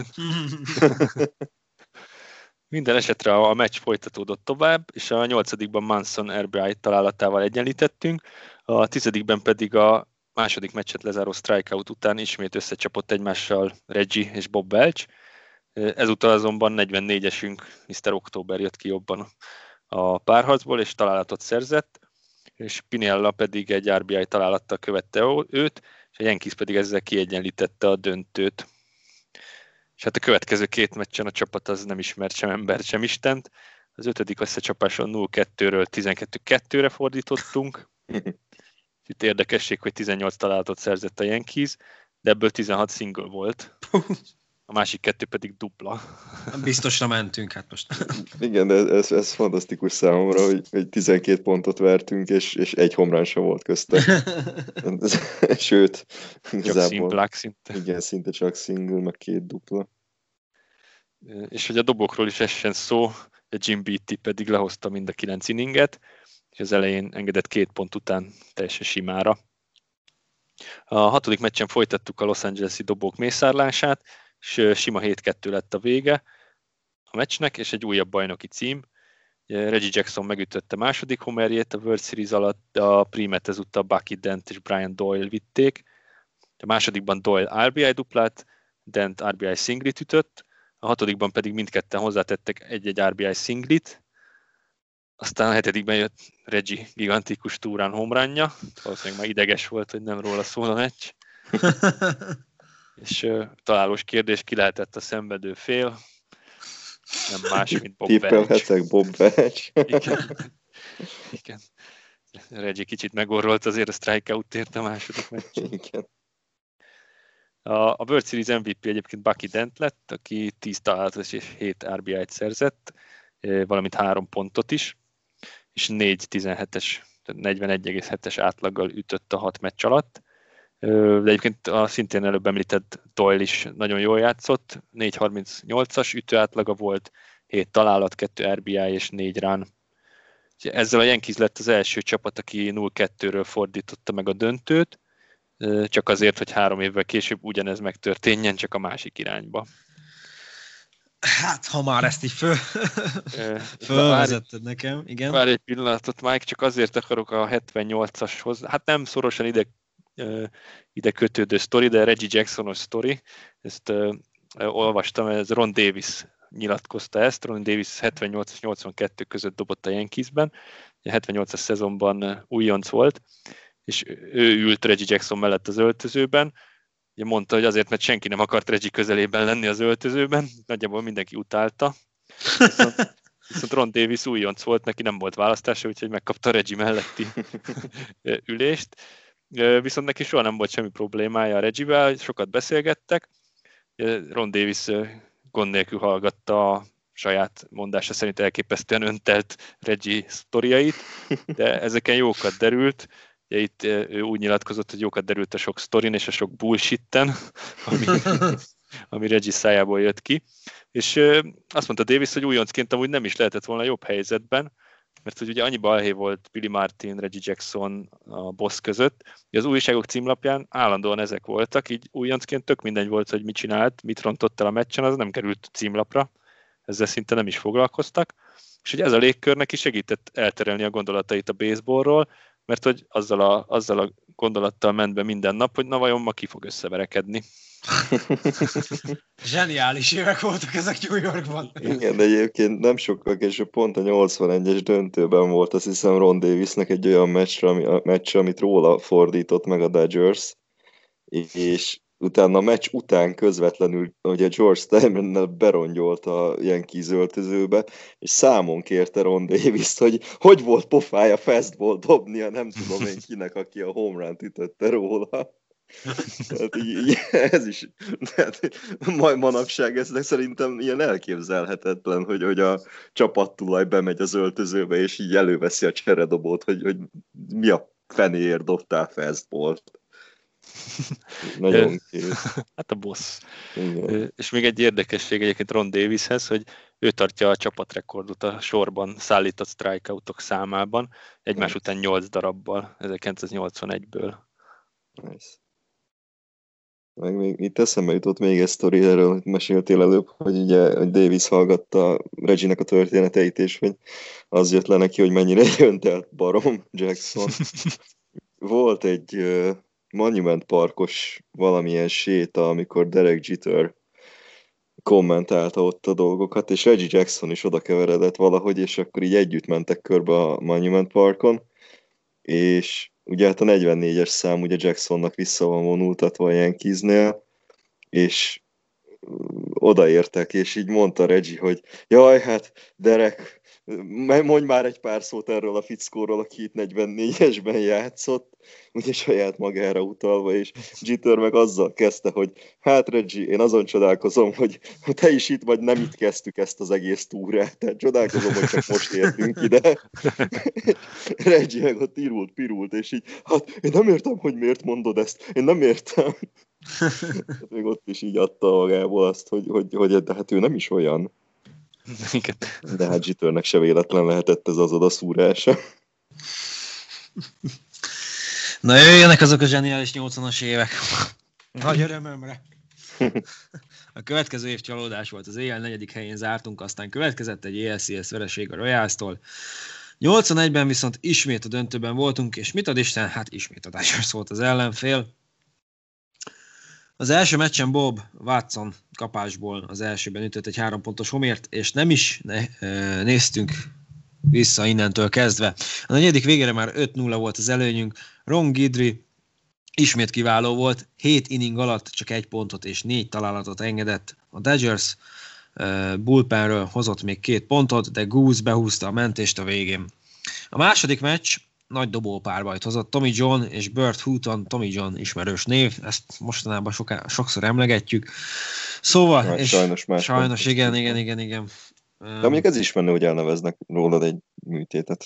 S3: Minden esetre a meccs folytatódott tovább, és a nyolcadikban Munson er bé i találatával egyenlítettünk, a tizedikben pedig a második meccset lezáró strikeout után ismét összecsapott egymással Reggie és Bob Welch. Ezúttal azonban negyvennégyesünk miszter Október jött ki jobban a párharcból, és találatot szerzett, és Piniella pedig egy er bé i találattal követte őt, és a Yankees pedig ezzel kiegyenlítette a döntőt. És hát a következő két meccsen a csapat az nem ismert sem embert, sem Istent. Az ötödik összecsapáson nulla kettőről tizenkettő kettőre fordítottunk. Itt érdekesség, hogy tizennyolc találatot szerzett a Yankees, de ebből tizenhat single volt. A másik kettő pedig dupla.
S2: Biztosra mentünk, hát most.
S1: Igen, de ez, ez fantasztikus számomra, hogy, hogy tizenkét pontot vertünk, és, és egy homrán sem volt közte. Sőt,
S3: igazából, szimplák szinte.
S1: Igen, szinte csak single, meg két dupla.
S3: És hogy a dobokról is essen szó, a Jim Beatty pedig lehozta mind a kilenc inninget, és az elején engedett két pont után teljesen simára. A hatodik meccsen folytattuk a Los Angeles-i dobók mészárlását, és sima hét kettő lett a vége a meccsnek, és egy újabb bajnoki cím. Reggie Jackson megütötte második homerjét a World Series alatt, de a prímet ezúttal Bucky Dent és Brian Doyle vitték. A másodikban Doyle er bé i duplát, Dent er bé i szinglit ütött, a hatodikban pedig mindketten hozzátettek egy-egy er bé i szinglit, aztán a hetedikben jött Reggie gigantikus túrán homránja, valószínűleg már ideges volt, hogy nem róla szól a meccs. És uh, találós kérdés, ki lehetett a szenvedő fél? Nem más, mint Bob
S1: Welch. Bob Welch.
S3: Igen. Igen. Reggie kicsit megorrolt azért a strikeout-ért a második meccsen.
S1: Igen.
S3: A, a World Series em vé pé egyébként Bucky Dent lett, aki tíz találatot és hét er bé i-t szerzett, valamint három pontot is, és négy tizenhetes, tehát negyvenegy egész hetes átlaggal ütött a hat meccs alatt. De egyébként a szintén előbb említett Doyle is nagyon jól játszott, négy harmincnyolcas ütőátlaga volt, hét találat, kettő er bé i és négy run. Ezzel a Yankees lett az első csapat, aki nulla kettőről fordította meg a döntőt, csak azért, hogy három évvel később ugyanez megtörténjen, csak a másik irányba.
S2: Hát, ha már ezt így föl... fölvezetted nekem, igen.
S3: Várj egy pillanatot, Mike, csak azért akarok a hetvennyolcashoz, hát nem szorosan ide, ide kötődő sztori, de Reggie Jacksonos sztori, ezt uh, olvastam, ez Ron Davis nyilatkozta ezt, Ron Davis hetvennyolc és nyolcvankettő között dobott a Yankeesben, a hetvennyolcas szezonban újonc volt, és ő ült Reggie Jackson mellett az öltözőben, ugye mondta, hogy azért, mert senki nem akart Reggie közelében lenni az öltözőben, nagyjából mindenki utálta. Viszont, viszont Ron Davis újonc volt, neki nem volt választása, úgyhogy megkapta Reggie melletti ülést. Viszont neki soha nem volt semmi problémája a Reggie-vel, sokat beszélgettek. Ron Davis gond nélkül hallgatta a saját mondása szerint elképesztően öntelt Reggie sztoriait, de ezeken jókat derült. Ugye itt ő úgy nyilatkozott, hogy jókat derült a sok sztorin és a sok bullshitten, ami, ami Reggie szájából jött ki. És azt mondta Davis, hogy újoncként amúgy nem is lehetett volna jobb helyzetben, mert hogy ugye annyi balhé volt Billy Martin, Reggie Jackson, a Boss között, hogy az újságok címlapján állandóan ezek voltak, így újoncként tök mindegy volt, hogy mit csinált, mit rontott el a meccsen, az nem került címlapra, ezzel szinte nem is foglalkoztak, és hogy ez a légkör neki segített elterelni a gondolatait a baseballról, mert hogy azzal a, azzal a gondolattal ment be minden nap, hogy na vajon ma ki fog összeverekedni.
S2: Zseniális évek voltak ezek New Yorkban.
S1: Igen, de egyébként nem sokkal később pont a nyolcvanegyes döntőben volt, azt hiszem Ron Davisnek egy olyan meccs, ami, a meccs, amit róla fordított meg a Dodgers, és utána a meccs után közvetlenül ugye George Steinbrenner berongyolt a Yankees öltözőbe, és számon kérte Ron Davis-t, hogy hogy volt pofája fastball dobnia, nem tudom én kinek, aki a home run-t ütötte róla. Tehát így, így, ez is, tehát majd manapság ez szerintem ilyen elképzelhetetlen, hogy, hogy a csapattulaj bemegy az öltözőbe, és így előveszi a cseredobót, hogy, hogy mi a fenéért dobtál fastballt. Nagyon kész.
S3: Hát a boss. Igen. És még egy érdekesség egyébként Ron Davishez, hogy ő tartja a csapatrekordot a sorban szállított strikeoutok számában, egymás nice. Után nyolc darabbal, ezerkilencszáznyolcvanegyből.
S1: Nice. Meg még itt eszembe jutott még egy sztori, erről hogy meséltél előbb, hogy ugye hogy Davis hallgatta Reggie-nek a történeteit, és hogy az jött le neki, hogy mennyire öntelt barom Jackson. Volt egy Monument Parkos valamilyen séta, amikor Derek Jeter kommentálta ott a dolgokat, és Reggie Jackson is oda keveredett valahogy, és akkor így együtt mentek körbe a Monument Parkon, és ugye hát a negyvennégyes szám ugye Jacksonnak vissza van vonultatva a Yankeesnél, és odaértek, és így mondta Reggie, hogy jaj, hát Derek, mondj már egy pár szót erről a fickóról, aki itt negyvennégyesben játszott, ugye saját magára utalva, és Jeter meg azzal kezdte, hogy hát Reggie, én azon csodálkozom, hogy te is itt vagy, nem itt kezdtük ezt az egész túrát, tehát csodálkozom, hogy csak most értünk ide. Reggie meg ott irult, pirult, és így, hát én nem értem, hogy miért mondod ezt, én nem értem. Még ott is így adta magából azt, hogy, hogy, hogy de hát ő nem is olyan.
S3: Igen.
S1: De hát Jeternek se véletlen lehetett ez az odaszúrása.
S2: Na jöjjenek azok a zseniális nyolcvanas évek. Nagy örömömre. A következő év csalódás volt. Az éjjel negyedik helyén zártunk, aztán következett egy á el cé es vereség a Royals-tól. nyolcvanegyben viszont ismét a döntőben voltunk, és mit ad Isten? Hát ismét a Dodgers volt az ellenfél. Az első meccsen Bob Watson kapásból az elsőben ütött egy három pontos homért, és nem is ne, e, néztünk vissza innentől kezdve. A negyedik végére már öt nulla volt az előnyünk. Ron Guidry ismét kiváló volt, hét inning alatt csak egy pontot és négy találatot engedett. A Dodgers e, bullpenről hozott még két pontot, de Goose behúzta a mentést a végén. A második meccs nagy dobópárbajt hozott. Tommy John és Burt Hooton, Tommy John ismerős név, ezt mostanában soká, sokszor emlegetjük. Szóval,
S1: hát,
S2: és
S1: sajnos, más
S2: sajnos igen, igen, igen, igen.
S1: De mondjuk ez is menő, hogy elneveznek rólad egy műtétet.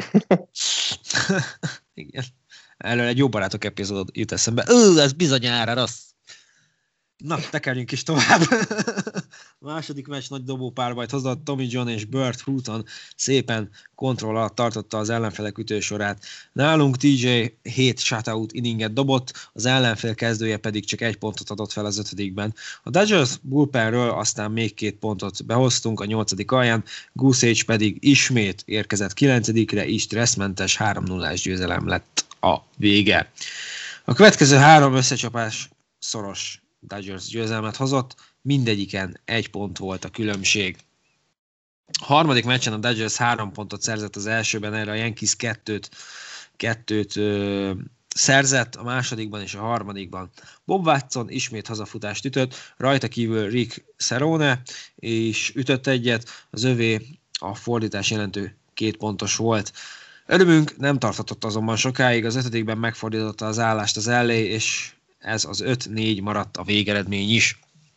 S2: Igen. Erről egy jó barátok epizód jut eszembe. Ő, ez bizonyára rossz. Na, tekerjünk is tovább. A második meccs nagy dobó párbajt hozott, Tommy John és Burt Hooton szépen kontroll alatt tartotta az ellenfelek ütősorát. Nálunk té jé hét shutout inninget dobott, az ellenfél kezdője pedig csak egy pontot adott fel az ötödikben. A Dodgers bullpenről aztán még két pontot behoztunk a nyolcadik alján, Goose pedig ismét érkezett kilencedikre, így stresszmentes három nullás győzelem lett a vége. A következő három összecsapás szoros Dodgers győzelmet hozott, mindegyiken egy pont volt a különbség. A harmadik meccsen a Dodgers három pontot szerzett az elsőben, erre a Yankees kettőt, kettőt ö, szerzett, a másodikban és a harmadikban. Bob Watson ismét hazafutást ütött, rajta kívül Rick Cerone és ütött egyet, az övé a fordítás jelentő két pontos volt. Örömünk nem tarthatott azonban sokáig, az ötödikben megfordította az állást az el á, és ez az öt négy maradt a végeredmény is.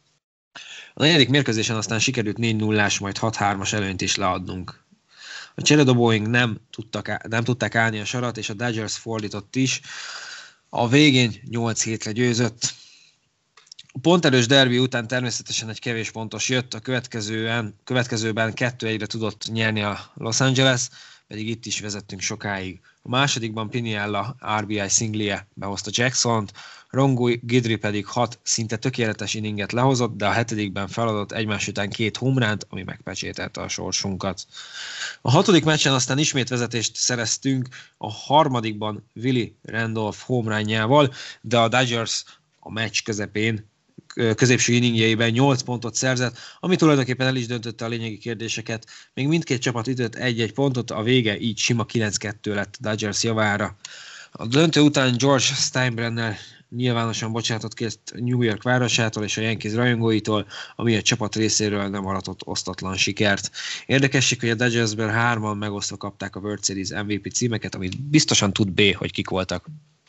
S2: A negyedik mérkőzésen aztán sikerült négy nullás, majd hat hármas előnyt is leadnunk. A cseredobóink nem, tudtak, nem tudták állni a sarat, és a Dodgers fordított is. A végén nyolc hétre győzött. A ponterős derbi után természetesen egy kevés pontos jött, a következően, következőben kettő egyre tudott nyerni a Los Angeles, pedig itt is vezettünk sokáig. A másodikban Piniella er bé i szinglie behozta Jacksont, Ron Guidry pedig hat szinte tökéletes inninget lehozott, de a hetedikben feladott egymás után két homránt, ami megpecsételte a sorsunkat. A hatodik meccsen aztán ismét vezetést szereztünk a harmadikban Willie Randolph homránjával, de a Dodgers a meccs közepén középső inningjeiben nyolc pontot szerzett, ami tulajdonképpen el is döntötte a lényegi kérdéseket. Még mindkét csapat ütött egy-egy pontot, a vége így sima kilenc kettő lett Dodgers javára. A döntő után George Steinbrenner nyilvánosan bocsánatot kért New York városától és a Yankees rajongóitól, ami a csapat részéről nem aratott osztatlan sikert. Érdekesség, hogy a Dodgersből hárman megosztva kapták a World Series em vé pé címeket, amit biztosan tud B, hogy kik voltak.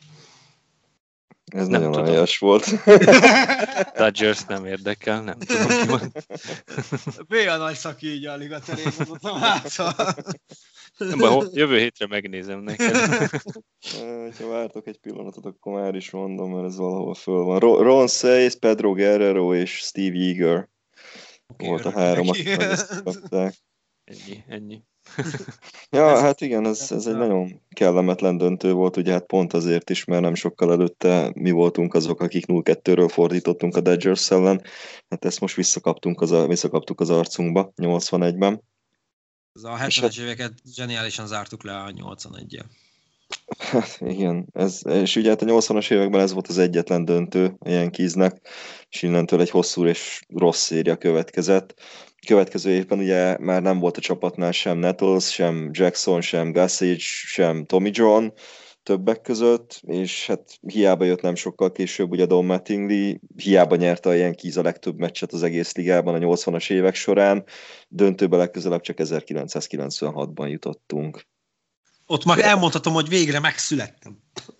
S1: Ez nem nagyon helyes volt.
S3: Dodgers nem érdekel, nem tudom ki van.
S2: B a nagy szakígya a liga terén mondottam hátra.
S3: Jövő hétre megnézem neked.
S1: Ha vártok egy pillanatot, akkor már is mondom, mert ez valahol föl van. Ron Seiss, Pedro Guerrero és Steve Yeager okay, volt a három, akik megkapták.
S3: Ennyi, ennyi.
S1: Ja, hát igen, ez, ez egy nagyon kellemetlen döntő volt, ugye hát pont azért is, mert nem sokkal előtte mi voltunk azok, akik nulla kettőről fordítottunk a Dodgers ellen. Hát ezt most visszakaptunk az, visszakaptuk az arcunkba nyolcvanegyben.
S2: Ez a hetvenes éveket zseniálisan zártuk le a nyolcvaneggyel.
S1: Hát igen, ez, és ugye hát a nyolcvanas években ez volt az egyetlen döntő a Yankeesnek, és innentől egy hosszú és rossz széria következett. A következő évben ugye már nem volt a csapatnál sem Nettles, sem Jackson, sem Gossage, sem Tommy John többek között, és hát hiába jött nem sokkal később ugye Don Mattingly, hiába nyerte a Yankees a legtöbb meccset az egész ligában a nyolcvanas évek során, döntőbe legközelebb csak ezerkilencszázkilencvenhatban jutottunk.
S2: Ott már elmondhatom, hogy végre megszülettem.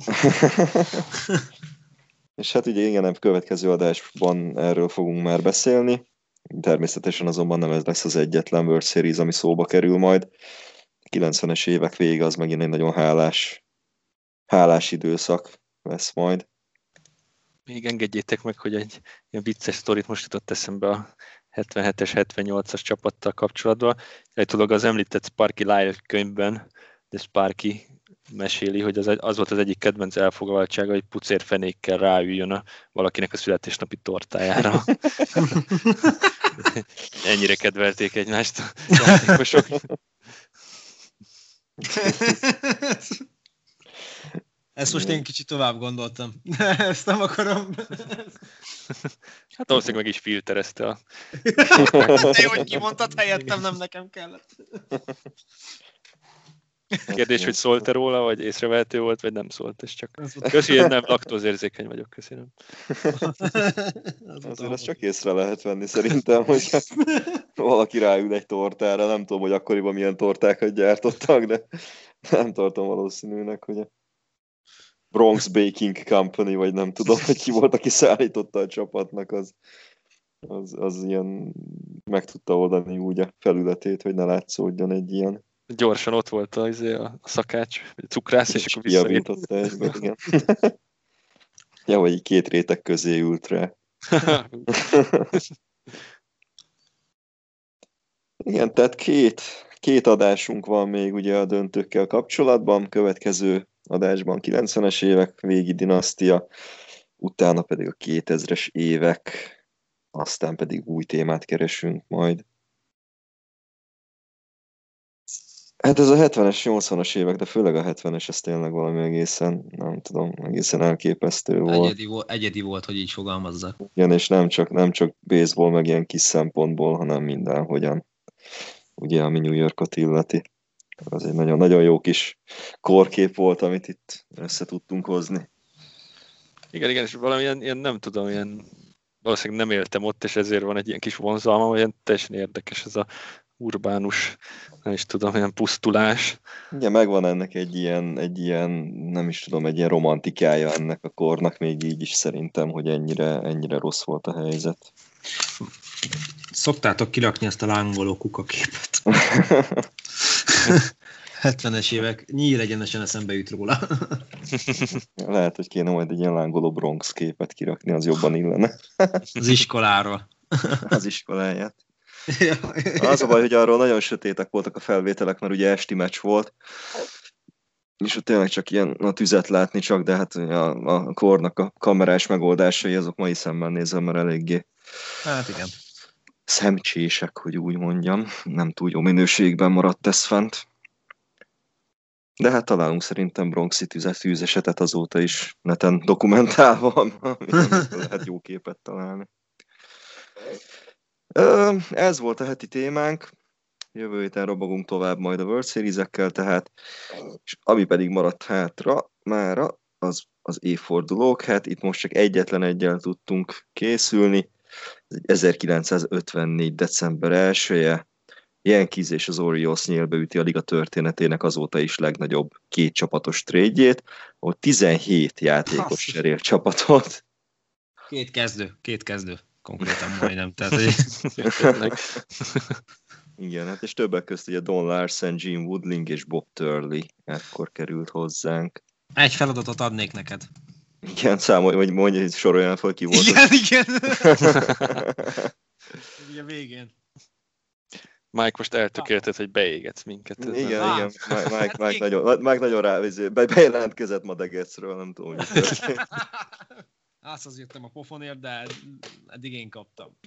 S1: És hát ugye igen, a következő adásban erről fogunk már beszélni. Természetesen azonban nem ez lesz az egyetlen World Series, ami szóba kerül majd. A kilencvenes évek vége az megint egy nagyon hálás, hálás időszak lesz majd.
S3: Még engedjétek meg, hogy egy ilyen vicces sztorit most jutott eszembe a hetvenhetes, hetvennyolcas csapattal kapcsolatban. Egytúlog az említett Sparky Lyle könyvben, de Sparky meséli, hogy az, az volt az egyik kedvenc elfoglaltsága, hogy pucérfenékkel ráüljön a, valakinek a születésnapi tortájára. Ennyire kedvelték egymást a játékosok.
S2: Ezt most én kicsit tovább gondoltam. Ezt nem akarom.
S3: Hát valószínűleg meg is filterezte a...
S2: Te jó, hogy kimondtad helyettem, nem nekem kellett.
S3: Kérdés, hogy szólt-e róla, vagy észrevehető volt, vagy nem szólt, és csak... Köszi, én nem laktózérzékeny vagyok, köszönöm.
S1: Azért ezt csak észre lehet venni szerintem, hogy valaki ráül egy tortára, nem tudom, hogy akkoriban milyen tortákat gyártottak, de nem tartom valószínűnek, hogy a Bronx Baking Company, vagy nem tudom, hogy ki volt, aki szállította a csapatnak, az, az, az ilyen meg tudta oldani úgy a felületét, hogy ne látszódjon egy ilyen.
S3: Gyorsan ott volt a, a szakács, a cukrász, és, és akkor
S1: visszajavította egyben, igen. Ja, vagy így két réteg közé ült rá. Igen, tehát két, két adásunk van még ugye a döntőkkel kapcsolatban, következő adásban kilencvenes évek végi dinasztia, utána pedig a kétezres évek, aztán pedig új témát keresünk majd. Hát ez a hetvenes, nyolcvanas évek, de főleg a hetvenes, ez tényleg valami egészen, nem tudom, egészen elképesztő volt.
S2: Egyedi, volt, egyedi volt, hogy így fogalmazzak.
S1: Igen, és nem csak, nem csak baseball, meg ilyen kis szempontból, hanem mindenhogyan. Ugye, ami New Yorkot illeti. Az egy nagyon-nagyon jó kis korkép volt, amit itt össze tudtunk hozni.
S3: Igen, igen, és valamilyen, ilyen, nem tudom, ilyen valószínűleg nem éltem ott, és ezért van egy ilyen kis vonzalma, olyan teljesen érdekes ez a urbánus, nem is tudom, ilyen pusztulás.
S1: Igen, megvan ennek egy ilyen, egy ilyen, nem is tudom, egy ilyen romantikája ennek a kornak, még így is szerintem, hogy ennyire, ennyire rossz volt a helyzet.
S2: Szoktátok kirakni ezt a lángoló kukaképet. hetvenes évek, nyíl egyenesen eszembe jut róla.
S1: Lehet, hogy kéne majd egy ilyen lángoló Bronx képet kirakni, az jobban illene.
S2: Az iskoláról.
S1: Az iskoláját. Az a baj, hogy arról nagyon sötétek voltak a felvételek, mert ugye esti meccs volt, és ott tényleg csak ilyen a tüzet látni csak, de hát a, a kornak a kamerás megoldásai azok mai szemmel nézem, mert eléggé
S2: Hát igen.
S1: szemcsések, hogy úgy mondjam. Nem túl jó minőségben maradt ez fent. De hát találunk szerintem Bronxi tűzesetet azóta is neten dokumentálva, amiből lehet jó képet találni. Ez volt a heti témánk. Jövő héten robogunk tovább majd a World Series-ekkel, tehát, és ami pedig maradt hátra mára, az az évfordulók. Hát itt most csak egyetlen egyel tudtunk készülni. Ez egy ezerkilencszázötvennégy. december elsője. Yankees és az Orioles nyílbeüti a liga történetének azóta is legnagyobb két csapatos trade-jét, ahol tizenhét játékos cserél csapatot.
S2: Két kezdő, két kezdő. Konkrétan majdnem. Tehát, hogy...
S1: Igen, hát és többek között ugye Don Larsen, Gene Woodling és Bob Turley ekkor került hozzánk.
S2: Egy feladatot adnék neked.
S1: Igen, számolj, vagy mondja, hogy soroljál fel, ki volt.
S2: Igen, az... igen. Ugye végén.
S3: Mike most eltökélted, hogy beégetsz minket.
S1: Igen, igen, igen. Mike, Mike, Mike, nagyon, Mike nagyon rá, be, bejelentkezett ma Degecről, nem tudom, hogy történt.
S2: Azt az jöttem a pofonért, de eddig én kaptam.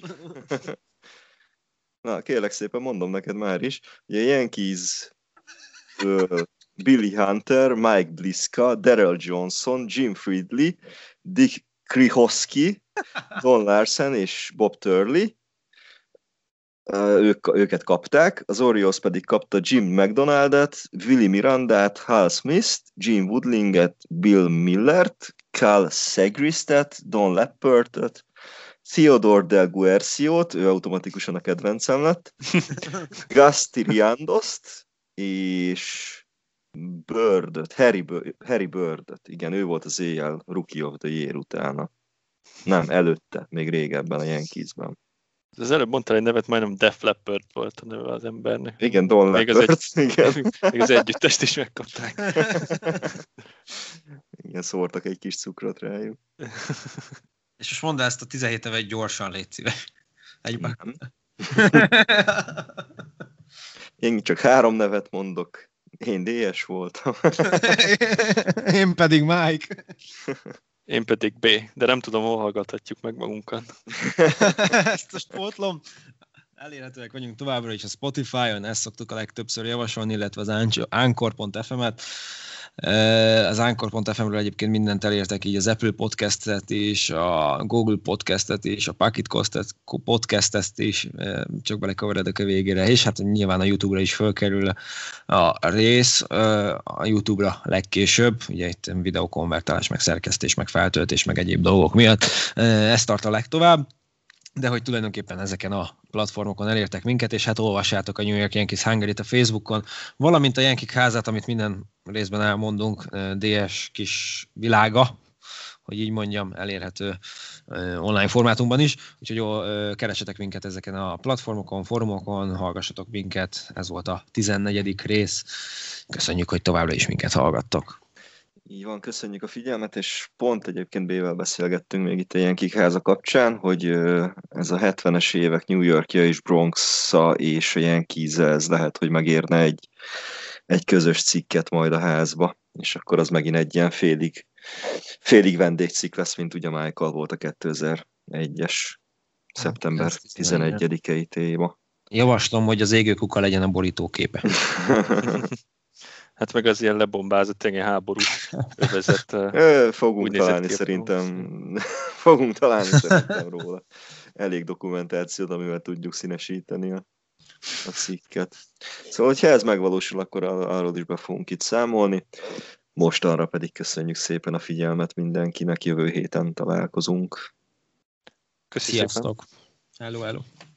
S1: Na, kérlek szépen, mondom neked már is, ugye Yankees Billy Hunter, Mike Bliska, Darrell Johnson, Jim Friedley, Dick Krihoski, Don Larsen és Bob Turley. Ők, őket kapták, az Orioles pedig kapta Jim McDonaldet, Willie Mirandát, Hal Smith-t, Gene Woodlinget, Bill Millert, Cal Segristet, Don Leppertet, Theodore Del Guercio-t, ő automatikusan a kedvencem lett, Gus Tiriandoszt, és Birdöt, Harry, Harry Birdöt. Igen, ő volt az éjjel Rookie of the Year utána. Nem, előtte, még régebben a Yankeesben.
S3: Az előbb mondtál egy nevet, majdnem Def Leppard volt a neve az embernek.
S1: Igen, Don
S3: még
S1: Leppard.
S3: Az egy,
S1: igen.
S3: Még az együttest is megkapták.
S1: Igen, szórtak egy kis cukrot rájuk.
S2: És most mondd ezt a tizenhét évet gyorsan, légy szíves. Egyben.
S1: Én csak három nevet mondok. Én dé es voltam.
S2: Én pedig Mike.
S3: Én pedig B, de nem tudom, hol hallgathatjuk meg magunkat.
S2: Ezt most pótlom. Elérhetőek vagyunk továbbra is a Spotify-on, ezt szoktuk a legtöbbször javasolni, illetve az Anchor pont ef em-et. Az Anchor pont ef em-ről egyébként mindent elértek, így az Apple Podcastet is, a Google Podcastet is, a Pocket Podcastet is, csak belekavarodok a végére, és hát nyilván a YouTube-ra is fölkerül a rész, a YouTube-ra legkésőbb, ugye itt videókonvertálás, meg szerkesztés, meg feltöltés, meg egyéb dolgok miatt, ez tart a legtovább. De hogy tulajdonképpen ezeken a platformokon elértek minket, és hát olvassátok a New York Yankees Hungary-t a Facebookon, valamint a Yankee házát, amit minden részben elmondunk, dé es kis világa, hogy így mondjam, elérhető online formátumban is, úgyhogy keressetek minket ezeken a platformokon, fórumokon, hallgassatok minket, ez volt a tizennegyedik rész. Köszönjük, hogy továbbra is minket hallgattok.
S1: Így van, köszönjük a figyelmet, és pont egyébként B-vel beszélgettünk még itt a Yankee háza kapcsán, hogy ez a hetvenes évek New Yorkja és Bronxa és a Yankees, ez lehet, hogy megérne egy, egy közös cikket majd a házba, és akkor az megint egy ilyen félig, félig vendégcikk lesz, mint ugye Michael volt a kétezer-egyes szeptember tizenegyedikei téma.
S2: Javaslom, hogy az égő kuka legyen a borítóképe.
S3: Hát meg az ilyen lebombázott ilyen háborús övezet.
S1: Fogunk találni szerintem, fogunk találni szerintem róla. Elég dokumentációt, amivel tudjuk színesíteni a, a cikket. Szóval, hogyha ez megvalósul, akkor arról is be fogunk itt számolni. Mostanra pedig köszönjük szépen a figyelmet mindenkinek, jövő héten találkozunk.
S3: Köszönjük.
S2: Sziasztok! Hello, hello!